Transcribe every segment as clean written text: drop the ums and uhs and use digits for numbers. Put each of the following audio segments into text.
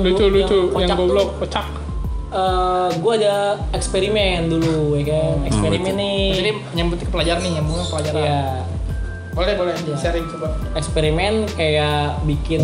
lucu yang goblok kocak. Gue ada eksperimen dulu ya kan. Eksperimen nih. Jadi nyambut ke pelajaran nih, nyambung ke pelajaran. Iya. Boleh sharing coba. Eksperimen kayak bikin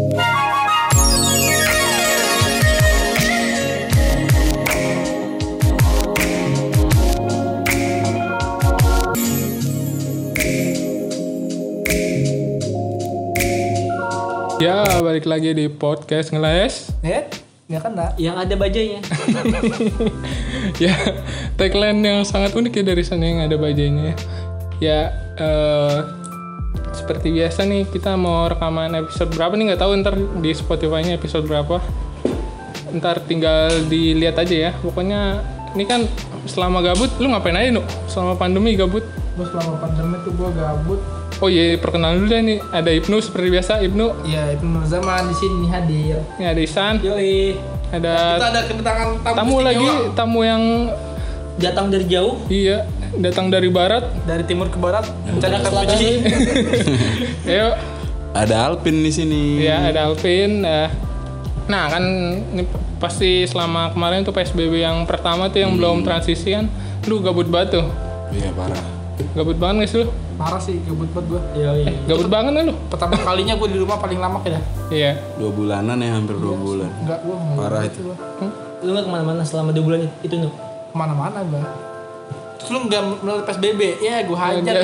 Ya, balik lagi di podcast ngeles. Nggak kena. yang ada bajanya. Ya, tagline yang sangat unik ya dari sana yang ada bajanya. Ya, seperti biasa nih kita mau rekaman episode berapa nih nggak tahu, ntar di Spotify-nya episode berapa. Ntar tinggal dilihat aja ya. Pokoknya ini kan selama gabut, lu ngapain aja Nuk? Selama pandemi gabut? Gue selama pandemi tuh gue gabut. Oh iya, perkenalan dulu deh nih. Ada Ibnu seperti biasa, Ibnu. Iya, itu Nur Zaman di sini hadir. Ini ada Isan. Yoi. Ada Kita ada kedatangan tamu lagi, tamu yang Datang dari jauh. iya, datang dari barat. dari timur ke barat. Mencari Utara ke selatan. rezeki. Ayo, Ada Alpin di sini. ya ada Alvin. Nah kan ini pasti selama kemarin tuh PSBB yang pertama tuh yang belum transisi kan, lu gabut banget tuh. Iya parah. Gabut banget gak sih lu? Parah sih, gabut banget gue. Yoi. Gabut banget kan lu? Pertama kalinya gue di rumah paling lama kayaknya. Iya. 2 bulanan ya, hampir 2 bulan. Enggak, gue Parah itu. Lu nggak kemana-mana selama 2 bulan itu Nuk? Kemana-mana gue. Terus lu nggak melalui PSBB? Ya gue hajar.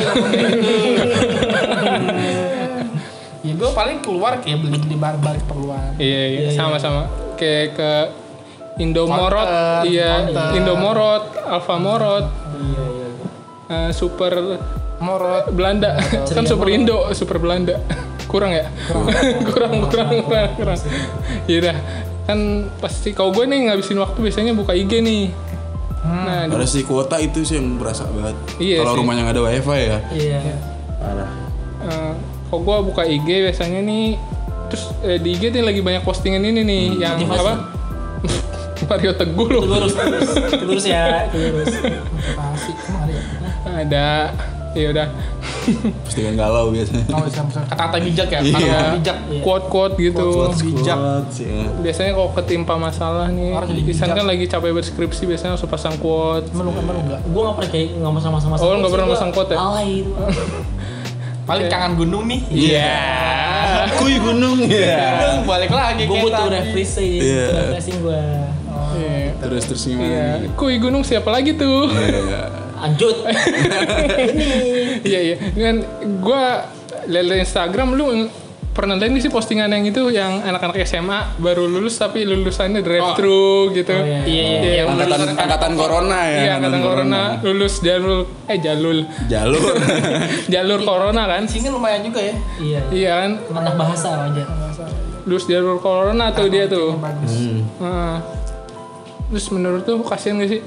Ya gue paling keluar kayak beli bar-bar keperluan. Iya, sama-sama. Kayak ke Indomorot, Konten, iya, konten. Indomorot, Alfamorot, Iya. Super Morot. Belanda, kan Super Indo, Super Belanda. Kurang ya? kurang. Iya dah. Kan pasti kalau gue nih ngabisin waktu biasanya buka IG nih. Nah, Ada si kuota itu sih yang berasa banget. Iya Kalau sih. rumahnya nggak ada wifi ya. Iya. Parah. kalau gue buka IG biasanya nih, terus di IG nih lagi banyak postingan ini nih, yang Motivasi. apa? Mario Teguh loh. Lurus ya, lurus. Pasti kemarin. Ada, ya udah. Postingan galau biasanya. Oh, bisa kata-kata bijak ya. Iya. Kata-kata bijak. Quote-quote gitu. bijak. Quotes, ya. Biasanya kalau ketimpa masalah nih, Orang jadi Isan bijak. kan lagi capek berskripsi, biasanya langsung pasang quote. Emang lu enggak? Gue nggak pernah kayak nggak sama-sama. Oh, lu nggak pernah masang quote ya? Alay itu. Paling Oke. kangen gunung nih. Iya. Kuy gunung ya. Gunung balik lagi Gue kayak butuh tadi. refreshing, Iya. refreshing gue. Iya. Terus gimana? Iya. nih? Kuy gunung siapa lagi tuh? Iya. Lanjut. Iya. Kan gue lihat Instagram, lu pernah lihat nggak sih postingan yang itu yang anak-anak SMA baru lulus tapi lulusannya drive-thru gitu? Oh, iya. Iya. Angkatan corona ya. Iya, angkatan corona lulus jalur Jalur. jalur corona kan? Sini lumayan juga ya. Iya. Iya kan? Anak bahasa aja. Lulus jalur corona tuh dia tuh. Bagus. Nah, terus menurut tuh kasihan gak sih?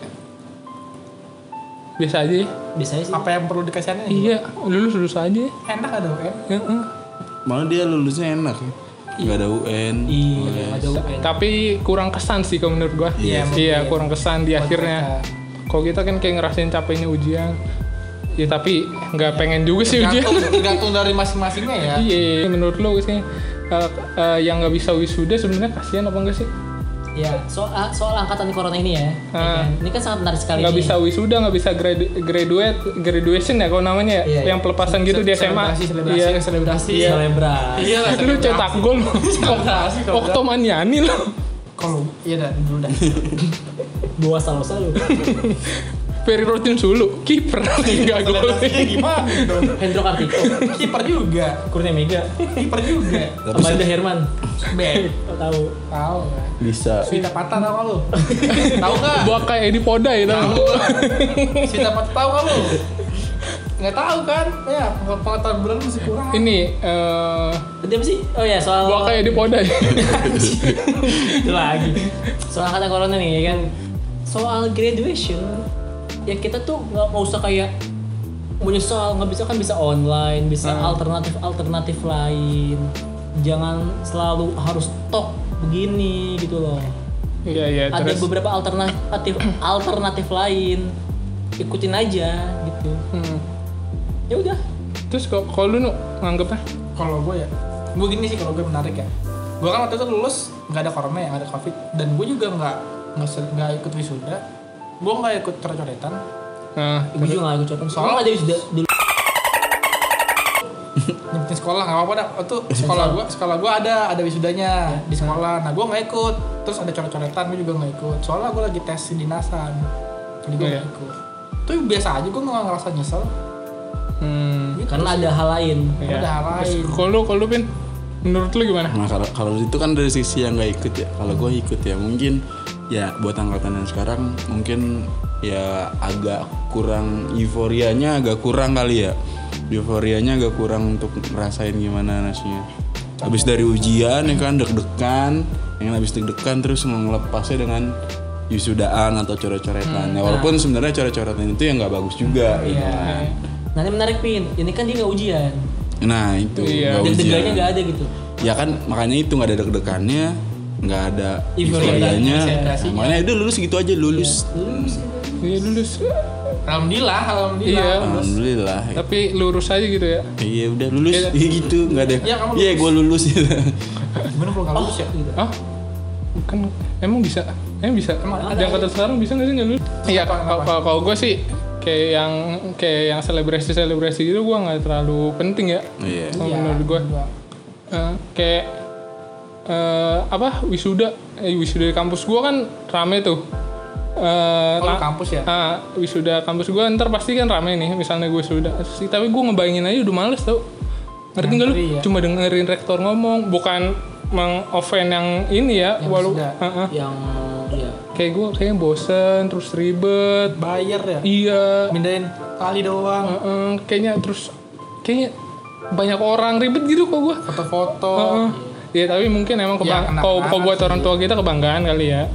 Biasa aja. Biasanya sih. Apa yang perlu dikasihanin? Iya, lulus aja. Enak ada UN. Heeh. Malah dia lulusnya enak ya. Nggak ada UN. Iya, ada UN. Tapi kurang kesan sih kalau menurut gua. Iya, Iya, kurang kesan di Buat akhirnya. Kalau kita kan kayak ngerasain capeknya ujian. Ya tapi nggak pengen juga sih ujian. Tergantung dari masing-masingnya ya. Iya, menurut lo sih yang nggak bisa wisuda sebenarnya kasihan apa enggak sih? Ya, soal angkatan corona ini ya. Ah. Ini kan sangat menarik sekali. Nggak nih. bisa wisuda, nggak bisa graduation ya kalau namanya ya, Iya, yang pelepasan gitu di SMA. Iya. Selebrasi. Iya. Selebrasi. Iya lah. Lu cetak gol lo. Selebrasi kalau enggak. Oktomaniani lo. Kalau iya dah dulu dah. Dua salosa lu. Ferry Rotin Sulu, kiper enggak gol. Selebrasinya gimana dong? Hendro Kartiko. Kiper juga. Kurnia Mega. Kiper juga. Amanda Herman. Ben. Kau tahu. Tahu. Bisa. Sita Patah tahu nggak lu? Tahu nggak? Buat kayak Edi Podai itu. Sita Patah tahu nggak lu? Nggak tahu kan? Ya pengetahuan bulan masih kurang. Ini Tadi apa sih? Oh ya, soal buat kayak Edi Podai. itu lagi. Soal angkatan corona nih ya kan. Soal graduation, ya kita tuh nggak usah kayak menyesal, nggak bisa kan, bisa online, bisa alternatif lain. Jangan selalu harus tok begini gitu loh. Iya, Ada terus. beberapa alternatif lain. Ikutin aja gitu. Ya udah. Terus kalau lu nu nganggepnya? Kalau gue ya, gue gini sih kalau gue menarik ya. Gue kan waktu itu lulus nggak ada corona ya, nggak ada covid, dan gue juga nggak ikut wisuda, gue nggak ikut coret-coretan. Nah, Gue juga nggak ikut coret. Soalnya- Soalnya ada wisuda dulu. Nyebutin sekolah nggak apa-apa dah. Itu sekolah gue ada wisudanya di sekolah. Nah gue nggak ikut. Terus ada coret-coretan gue juga nggak ikut. Soalnya gue lagi tes di dinasan, jadi gue nggak ikut. Itu biasa aja, gue nggak ngerasa nyesel. Gitu Karena sih. ada hal lain. iya. Ada hal lain. Terus kalau lu Pin, menurut lu gimana? Nah kalau itu kan dari sisi yang nggak ikut ya. Kalau gue ikut ya mungkin ya buat angkatan yang sekarang mungkin ya agak kurang euforianya, agak kurang kali ya. Euforianya agak kurang untuk ngerasain gimana nasinya. Habis dari ujian ya kan deg-degan, yang habis deg-degan terus ngelepasnya dengan wisudaan atau coret-coretan. Ya walaupun sebenarnya coret-coretan itu ya nggak bagus juga. gitu kan. Nanti menarik Pin, ini kan dia nggak ujian. Nah itu Iya. nggak Deg-degannya ujian. nggak ada gitu. Ya kan makanya itu nggak ada deg-degannya, nggak ada Euforianya, euforianya. konsentrasinya. Makanya udah lulus gitu aja lulus. Lulus. Iya lulus. Alhamdulillah. Iya. Alhamdulillah. Tapi lurus aja gitu ya. Iya udah lulus. Iya. Iya gitu nggak ada. Iya, kamu Iya lulus. gue lulus gitu. Gimana kalau nggak lulus ya? Ah, kan emang bisa? Emang bisa? Emang ada. Yang kata sekarang bisa nggak sih nggak lulus? Iya, Kenapa? kalau gue sih kayak yang selebrasi gitu gue nggak terlalu penting ya. Iya. Kalau menurut gue kayak apa wisuda di kampus gue kan rame tuh. Kalau kampus ya? Wisuda kampus gue ntar pasti kan rame nih misalnya gue wisuda sih, tapi gue ngebayangin aja udah males tau. Ngerti nggak lu? Ngantri ya? Cuma dengerin rektor ngomong, bukan meng-offend yang ini ya, Yang walau wisuda. Yang ya kayak gue kayaknya bosen terus ribet. Bayar ya? Iya, Mindahin kali doang. kayaknya banyak orang ribet gitu kok gue. Foto-foto. Iya, tapi mungkin emang Ya, kalau anak-anak buat sih. orang tua kita kebanggaan kali ya.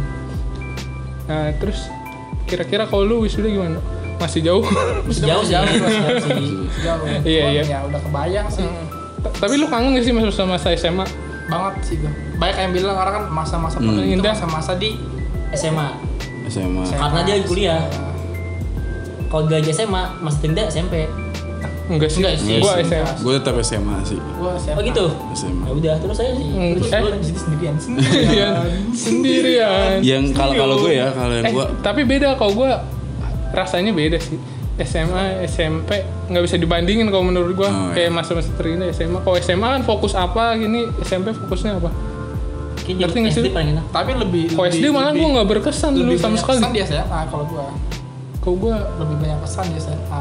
Nah, terus kira-kira kalau lu wisuda gimana? Masih jauh? jauh sih. Jauh. sih. Jauh. Iya, Cuman iya. Ya udah kebayang sih. Tapi lu kangen gak sih masa SMA? Banget sih gue. Banyak yang bilang orang kan masa-masa itu Indah. masa-masa di SMA. SMA. Karena dia kuliah. Kalau gaji SMA, masih tinggal SMP. Enggak sih. Enggak sih. Gua SMA. Gue tetap SMA sih. Gue Oh gitu. SMA. Ya udah terus aja sih. Terus Eh. lu di situ sendirian. Sendirian. Yang kalau gue ya kalau yang gue Tapi beda kalau gue rasanya beda sih. SMA, SMP nggak bisa dibandingin kalau menurut gue. Oh, iya. Kayak masa-masa terindah SMA. Kalau SMA kan fokus apa gini, SMP fokusnya apa? Kayaknya Ngerti nggak sih SD lu? paling enak. Tapi lebih Kalau SD malah gue nggak berkesan dulu lebih sama banyak sekali. kesan di SMA kalau gue. Kalau gue Lebih banyak kesan di SMA.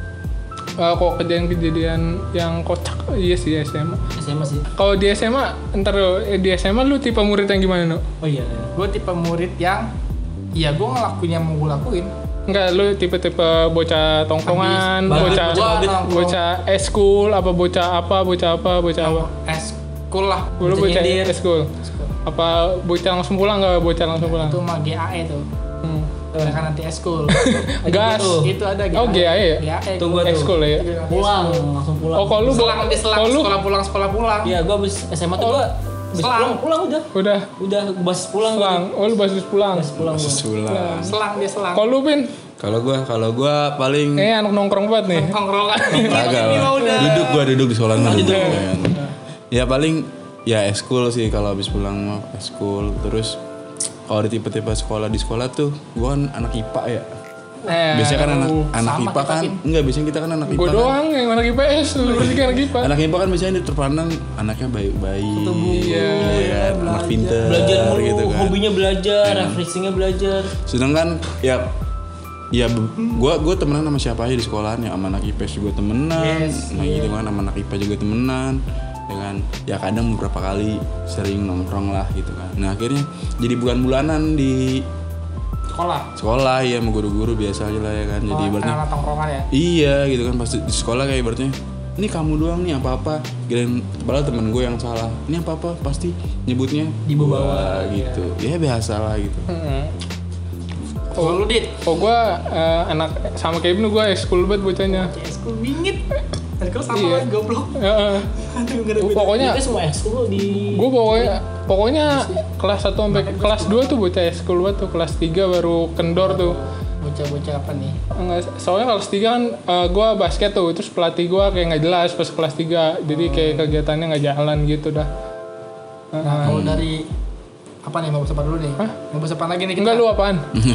kok kejadian-kejadian yang kocak, iya sih SMA. SMA sih. Kalau di SMA, di SMA lu tipe murid yang gimana, No? Oh iya. Gue tipe murid yang ya gue ngelakuin yang mau gue lakuin. Enggak, lu tipe-tipe bocah tongkrongan, Habis. bocah Bagus. bocah eskul, apa bocah apa? Eskul lah. Lu Bocah bocah nyindir. eskul. Apa bocah langsung pulang nggak? Bocah langsung pulang. Itu mah GAE tuh. Hmm. Kan nanti eskul. Gas. Tuh. Itu ada Oh, GAE ya? GAE. Tuh gua tuh. Ekskul ya. Pulang, langsung pulang. Oh, kalau lu Selang kalau lu sekolah pulang. Iya, gua habis SMA tuh gua habis Selang. pulang udah. udah Basis pulang gua. pulang. Oh, lu basis pulang. Basis pulang gua. sesulang. Selang dia selang. Kalau lu Pin, Kalau gue paling anak nongkrong banget nih. Nongkrongan. kagak Ini lah. mah udah. Duduk di sekolah dulu. Duduk. Ya paling ya eskul sih kalau habis pulang mah eskul. Terus kalau di tipe-tipe sekolah di sekolah tuh gue kan anak IPA ya. Biasanya kan anak sama IPA kan kita, enggak, biasanya kita kan anak IPA Gue kan. doang yang anak IPS, lu bertiga anak IPA. Anak IPA kan biasanya terpandang anaknya baik-baik. Iya. Ya, anak pinter Belajar mulu, gitu kan. hobinya belajar, refleksinya belajar. Sedangkan ya gue temenan sama siapa aja di sekolahan ya, sama anak IPS juga temenan, nah gitu kan, sama anak IPA juga temenan, ya kan, ya kadang beberapa kali sering nongkrong lah gitu kan. Nah akhirnya jadi bulan-bulanan di sekolah ya, sama guru-guru biasa aja lah ya kan. Jadi ibaratnya anak tongkrongan ya. iya gitu kan, pas di sekolah kayak ibaratnya ini kamu doang nih apa-apa, kirain padahal temen gue yang salah, ini apa-apa pasti nyebutnya Di bawah. gitu, ya biasa lah gitu. Oh lu Dit. Oh gue anak sama kayak Ibnu, gue ekskul banget bocahnya. Eskul bingit. Eskul sama Iya. lagi goblok. Heeh. Aduh enggak ada beda. Pokoknya Kita semua ekskul di gue pokoknya kelas 1 sampai kelas 2 tuh bocah ekskul banget tuh. Kelas 3 baru kendor tuh. Bocah-bocah apa nih? Enggak, soalnya kelas 3 kan gue basket tuh, terus pelatih gue kayak nggak jelas pas kelas 3, jadi kayak kegiatannya nggak jalan gitu dah. Nah, kalau dari apa nih, mau bahas apa dulu nih? Mau bahas apa lagi nih kita? Enggak, lu apaan?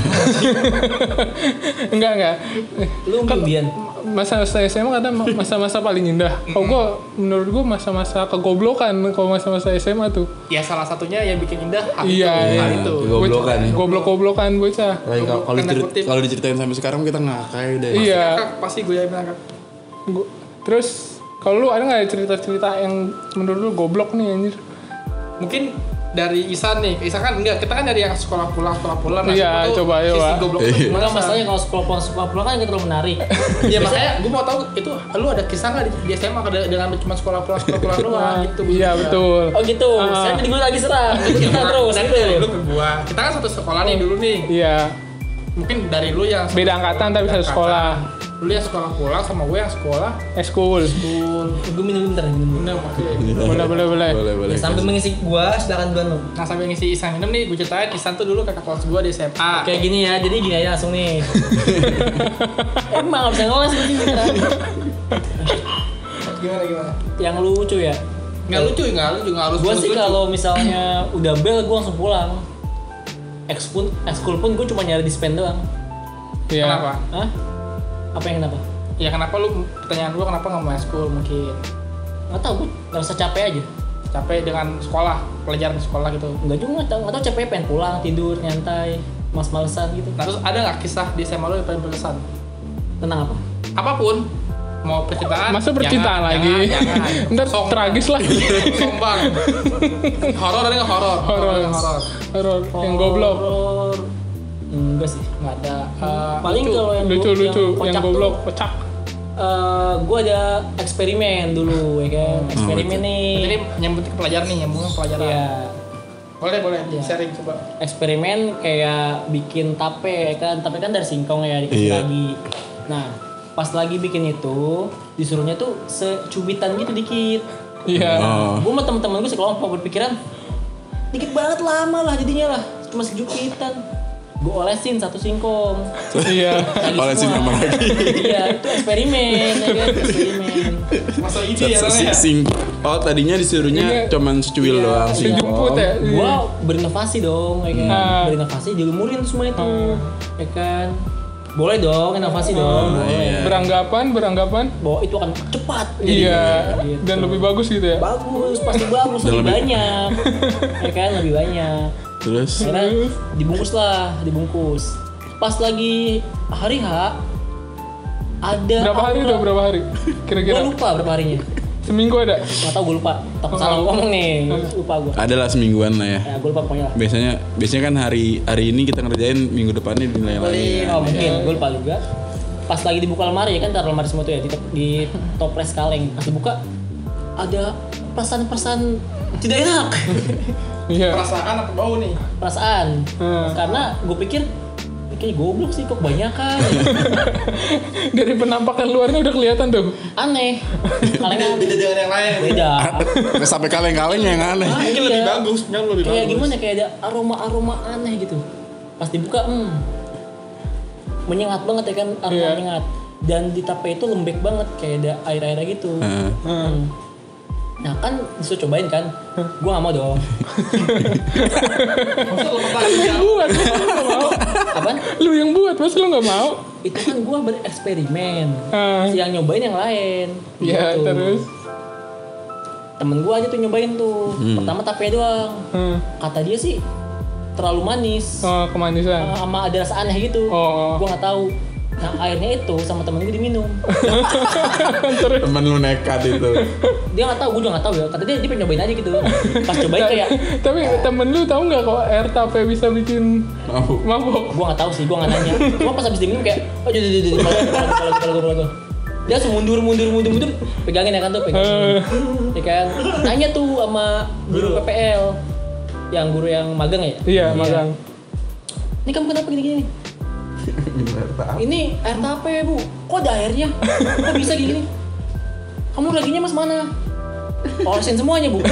Enggak. Lu kemudian Masa-masa SMA kadang masa-masa paling indah. Menurut gue masa-masa kegoblokan kalau masa-masa SMA tuh. Ya salah satunya yang bikin indah hal Iya. itu. Goblokan ya. Goblok-goblokan bocah. Kalau diceritain sampai sekarang kita ngakai deh. Iya. Kakak, pasti gue yang bilang Kak. Terus kalau lu ada nggak cerita-cerita yang menurut lu goblok nih anjir? Mungkin dari Isan nih, Isan kan enggak, kita kan dari yang sekolah pulang. Nah, Iya, siapa tuh coba, sisi Pak. goblok tuh gimana, enggak San? masalahnya kalau sekolah pulang kan nggak terlalu menarik. Iya makanya gue mau tahu itu lu ada kisah nggak di SMA dengan cuma sekolah pulang doang gitu. Iya betul. Oh gitu, saya jadi gue lagi serang. Kita terus Nanti dari lu ke gua. Kita kan satu sekolah nih dulu nih. Iya. Mungkin dari lu yang Beda angkatan tapi satu sekolah. Lu yang sekolah pulang sama gue yang sekolah School. Gue minum bentar, minum. bener oke. Boleh. Boleh. Sambil mengisi gua, silakan duluan lo. Nah sampai ngisi Isan minum nih, gue ceritain Isan tuh dulu kakak kelas gue di SMA. Kayak gini ya, jadi gini aja langsung nih. Emang gak bisa ngeles seperti ini kan? Gimana? Yang lucu ya. Nggak lucu nggak harus. Gue sih lucu. kalau misalnya udah bel, gue langsung pulang. Ekskul pun gue cuma nyari dispen doang. Iya. Kenapa? Hah? Apa yang kenapa? Ya kenapa lu, pertanyaan gue kenapa nggak mau school mungkin? Gak tau, gue ngerasa capek aja. Capek dengan sekolah, pelajaran sekolah gitu. Enggak juga, gak tau capek, pengen pulang, tidur, nyantai, males-malesan gitu. Nah terus ada nggak kisah di SMA lu yang paling berkesan? Tentang apa? Apapun, mau percintaan. Masa percintaan jangan, lagi? Jangan. Ntar tragis lah. Sombong. Horor ada nggak horor? Horor. Yang goblok. Horor. Enggak sih. Nggak ada. Paling kalau yang Lucu. Yang kocak goblok, tuh, kocak. gue ada eksperimen dulu ya kan. Eksperimen Jadi nih. nyambung ke pelajaran nih, nyambung ke pelajaran. Ya, Boleh Iya. sharing coba. eksperimen kayak bikin tape kan. Tape kan dari singkong ya, dikasih Iya. lagi. Nah, pas lagi bikin itu, disuruhnya tuh secubitan gitu dikit. Iya. Gue sama temen-temen gue sekelompok berpikiran dikit banget, lama lah jadinya lah, cuma sejupitan. Gue olesin satu singkong. Iya. Lagi Olesin semua. sama lagi. Iya, itu eksperimen ya kan, eksperimen. Masa ide ya namanya? Oh tadinya disuruhnya cuman secuil Iya, doang sih. Dijemput ya. Gue berinovasi dong ya kan. Ah. Berinovasi dilumurin tuh semua itu. Ya kan. Boleh dong, inovasi dong. Boleh. Beranggapan. Bahwa itu akan cepat. Iya. Gitu. Dan lebih bagus gitu ya. Bagus, pasti bagus, Dan lebih lebih- banyak. Ya kan, lebih banyak. Terus Akhirnya dibungkus. Pas lagi hari H ada Berapa hari? Gue Kira-kira lupa berapa harinya. seminggu ada? Gak tau, gue lupa. Takut salah ngomong nih, lupa gue. adalah semingguan lah ya. Ya, gue lupa pokoknya lah. Biasanya kan hari ini kita ngerjain, minggu depannya dinilai lagi. Oh mungkin, gue lupa juga. Pas lagi dibuka lemari ya kan, taruh lemari semua tuh ya di toples kaleng. Pas dibuka ada perasaan tidak enak. Iya. Perasaan apa bau nih? Perasaan. Karena gue pikir kayak goblok sih, kok kebanyakan. Dari penampakan luarnya udah kelihatan tuh. Aneh. Kalengan Beda dengan yang lain. beda. Sampai kaleng-kalengnya yang aneh. Ah, Mungkin iya. lebih bagus, yang lebih Kayak bagus. gimana, kayak ada aroma aneh gitu. Pas dibuka, menyengat banget ya kan, aroma Iya. menyengat. Dan di tape itu lembek banget, kayak ada air-airnya gitu. Nah kan disuruh cobain kan, gue gak mau dong. Maksud lepas lagi Lu yang buat, masa lu gak mau? Apaan? Lu yang buat, masa lu gak mau? Itu kan gue bereksperimen. Ah. Yang nyobain yang lain. Iya, Gitu. terus? Temen gue aja tuh nyobain tuh. Pertama tape doang. Kata dia sih terlalu manis. Oh, kemanisan. Sama ada rasa aneh gitu. Oh. Gue gak tahu. Nah airnya itu sama temen gue diminum. Temen lu nekat itu. Dia nggak tahu, gue juga nggak tahu ya. Kata dia pengen nyobain aja gitu. Pas cobain kayak, Tapi temen lu tahu nggak kalau air tape bisa bikin mabuk? gue nggak tahu sih, gue nggak nanya. Cuma pas habis diminum kayak, oh jadi kalau dia langsung mundur, pegangin ya kan tuh, pegangin. Ya kan, tanya tuh sama guru PPL, yang guru yang magang ya. Iya, magang. Ini kamu kenapa gini-gini? Ini air tape bu, kok ada airnya? Kok bisa gini? Kamu laginya mas mana? Olesin semuanya bu.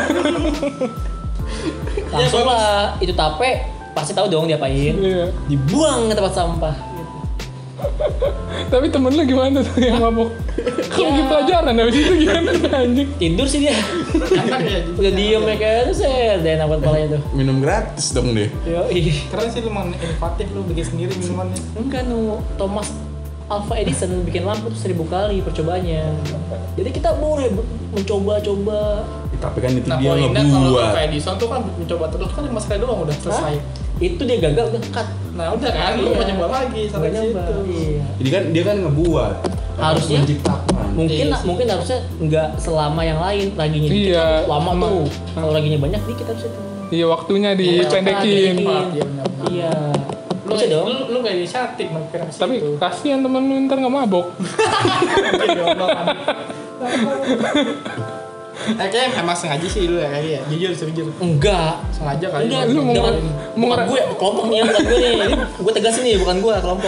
Langsung lah, itu tape pasti tahu dong diapain. Iya. Dibuang ke tempat sampah. Tapi temen lu gimana tuh yang mabok? Kalau lagi pelajaran habis itu gimana anjing? Tidur sih dia. Enak ya. Udah diem ya kan, saya dan apa kepalanya tuh. Minum gratis dong deh. Yoi. Keren sih lu emang inovatif lu bikin sendiri minumannya. Enggak Thomas Alva Edison bikin lampu tuh 1000 kali percobaannya. Jadi kita boleh mencoba-coba. Tapi kan itu Nah, dia poinnya kalau ngebuat. kayak Edison tuh kan mencoba terus kan cuma sekali doang udah selesai. Itu dia gagal udah cut. Nah udah kan, lu Iya. mau coba lagi sampai Nggak situ. nyoba. Iya. Jadi kan dia kan ngebuat. Harusnya menciptakan. mungkin Iya sih. mungkin harusnya nggak selama yang lain laginya dikit Iya. kan lama tuh. Kalau laginya banyak dikit harusnya tuh. Iya waktunya Iya, dipendekin. Cepat, iya benar-benar. Iya. Lu Bisa dong. lu kayak inisiatif mikir ke situ. Tapi kasihan temen lu ntar nggak mabok. Kayaknya emang sengaja sih lu ya kayaknya. Jujur. Enggak. Sengaja kali. Enggak, Lu mau- bukan, mau bukan ngera- gue, kelompok nih, bukan gue nih. Ini gue tegasin nih, bukan gue, kelompok.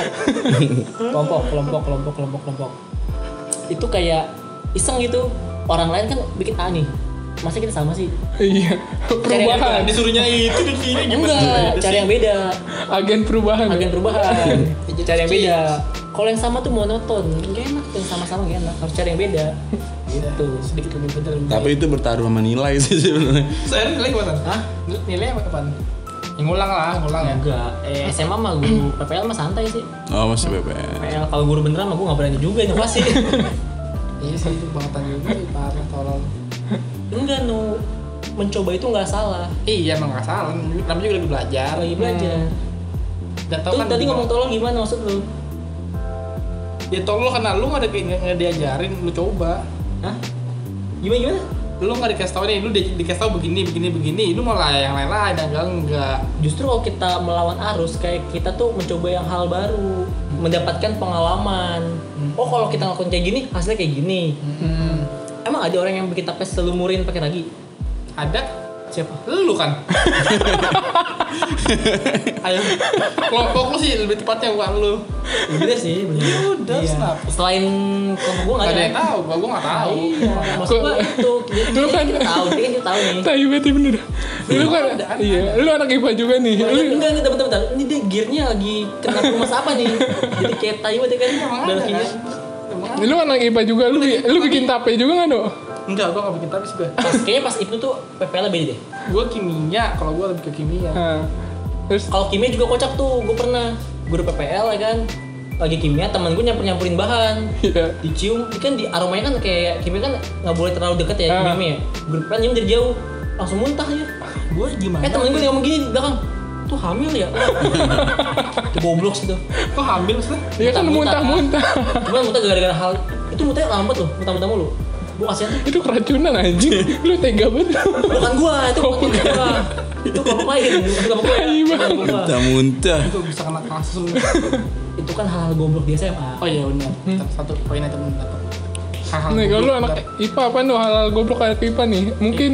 kelompok. Itu kayak iseng gitu. Orang lain kan bikin A nih. Masa kita sama sih? Iya. Perubahan. Disuruhnya itu di sini Enggak, cari yang beda. Agen perubahan. Agen perubahan. Cari yang beda. Kalau yang sama tuh monoton, gak enak. Yang sama-sama gak enak. Harus cari yang beda. Gitu. sedikit lebih bener. Tapi itu bertaruh sama nilai sih sebenarnya. Saya nilai gimana? Hah? Nilai apa kapan? Ya, ngulang ya. Enggak. SMA mah guru PPL mah santai sih. Oh masih BPN. PPL kalau guru beneran mah gue gak berani juga inovasi. Iya sih itu bangetan juga parah tolong. Enggak mencoba itu nggak salah. Iya emang nggak salah. Namanya juga lagi belajar. Lagi belajar. Dan tau Tuh kan tadi gimana- ngomong tolong gimana maksud lu? Ya tolong karena lu nggak diajarin, lu coba. Hah? Gimana? Lu nggak dikasih tau nih, lu dikasih tau begini, lu malah yang lain-lain enggak. Justru kalau kita melawan arus kayak kita tuh mencoba yang hal baru, mendapatkan pengalaman. Oh kalau kita ngelakuin kayak gini, hasilnya kayak gini. Emang ada orang yang bikin tapes selumurin pakai ragi? Ada Siapa? lu kan. Ayo, kelompok lu sih lebih tepatnya bukan lu. Ya, bener sih, bener. Ya udah, snap. Selain kelompok gue nggak Gak ada. ada yang tahu, gua nggak tahu. Iya, maksud gue itu Lu kan- kita tahu, dia kan kita tahu nih. Tai berarti bener. Lu kan iya, lu anak IPA juga nih. Lu Enggak, bentar. Ini dia gearnya lagi kena rumus apa nih? Jadi kayak tai banget kan Emang ada belokinya. kan? Emang ada. lu anak IPA juga, lu bikin tape juga nggak do? Enggak, gua nggak bikin tapis gua. Kayaknya pas itu tuh PPL beda deh. Gua kimia, kalau gua lebih ke kimia. Nah, terus Kalau kimia juga kocak tuh, gue pernah guru PPL ya kan. Lagi kimia, temen gue nyampurin bahan. iya. Dicium, kan di aromanya kan kayak kimia kan nggak boleh terlalu deket ya kimia ya. Guru PPL nyium dari jauh, langsung muntah ya. Gua gimana? Temen gue ngomong gini di belakang, tuh hamil ya? Itu goblok sih tuh. Kok hamil sih? Iya kan muntah-muntah. Cuma muntah gara-gara hal itu muntahnya lambat loh, muntah-muntah mulu. Gue kasihan tuh. Itu keracunan anjing. Lu tega banget. Bukan gua, itu bukan gua. Itu kelompok lain, bukan kelompok gua. Iya, Bukan kelompok gua. Muntah-muntah. Itu bisa kena kasus lu. Itu kan hal goblok di SMA. Oh iya benar. Satu poin itu benar. Hal-hal Nih kalau lu goblok, anak benar. IPA apa nih hal goblok kayak IPA nih? Mungkin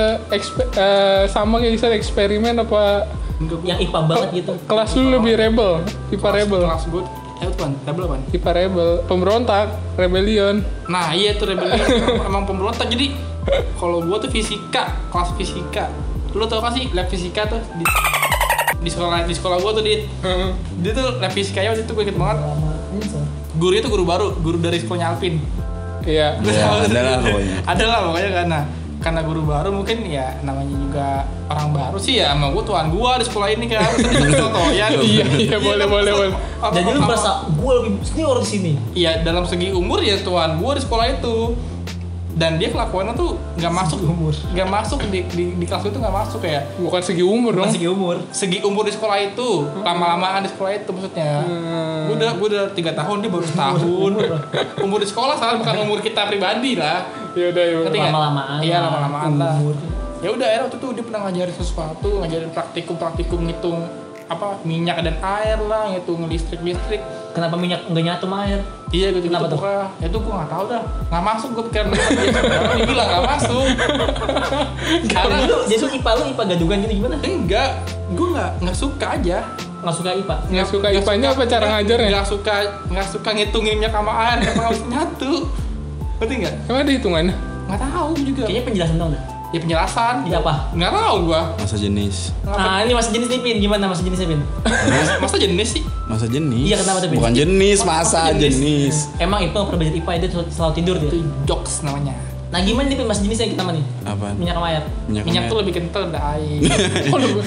sama kayak bisa eksperimen apa Enggak, gua- Yang IPA banget gitu. kelas lu lebih rebel, IPA rebel. Kelas gue, rebel apa? IPA rebel, pemberontak, rebellion. Nah iya tuh rebel emang pemberontak. Jadi kalau gua tuh fisika, kelas fisika. Lu tau kan sih lab fisika tuh di sekolah gua tuh dia tuh lab fisikanya waktu itu gue inget banget. Gurunya tuh guru baru, guru dari sekolahnya Alvin. Iya. Ya, ada lah pokoknya. Ada lah pokoknya karena guru baru mungkin ya namanya juga orang baru sih ya sama gue tuan gue di sekolah ini kan harus contohnya. Iya, boleh. Jadi lu merasa gua lebih senior di sini. Iya dalam segi umur ya tuan gue di sekolah itu. Dan dia kelakuannya tuh nggak masuk di kelas itu nggak masuk ya. Bukan segi umur dong. Masih umur. Segi umur di sekolah itu lama-lamaan di sekolah itu maksudnya. Gue udah 3 tahun dia baru setahun. Umur di sekolah salah bukan umur kita pribadi lah. Ya udah. Ngerti nggak? Lama-lamaan. Iya lama-lamaan lah. Umur. Ya udah akhirnya waktu itu dia pernah ngajarin sesuatu, ngajarin praktikum ngitung apa minyak dan air lah, ngitung listrik. Kenapa minyak nggak nyatu sama air? Iya gitu Kenapa tuh? pokoknya. Ya itu gue nggak tahu dah. Nggak masuk gue pikiran dia bilang nggak masuk. Karena Jadi IPA lu IPA gadugan gitu gimana? enggak, gue nggak suka aja. Nggak suka IPA. Nggak suka IPA-nya apa cara ngajarnya? Nggak suka ngitungin minyak sama air, kenapa harus nyatu? Ngerti nggak? Emang ada hitungannya? Nggak tahu juga. Kayaknya penjelasan dong dah. Ya penjelasan. Iya apa? Nggak tahu gua. Masa jenis. Nah ini masa jenis nih Pin, gimana masa jenisnya Pin? Masa jenis sih? Masa jenis. Iya, kenapa tuh, Bin? Bukan jenis, masa jenis. Emang itu pernah belajar IPA dia selalu tidur dia. Itu jokes namanya. Nah gimana nih Pin masa jenisnya kita mah nih? Apa? Minyak sama air. Minyak tuh lebih kental dari air. Kok lebih,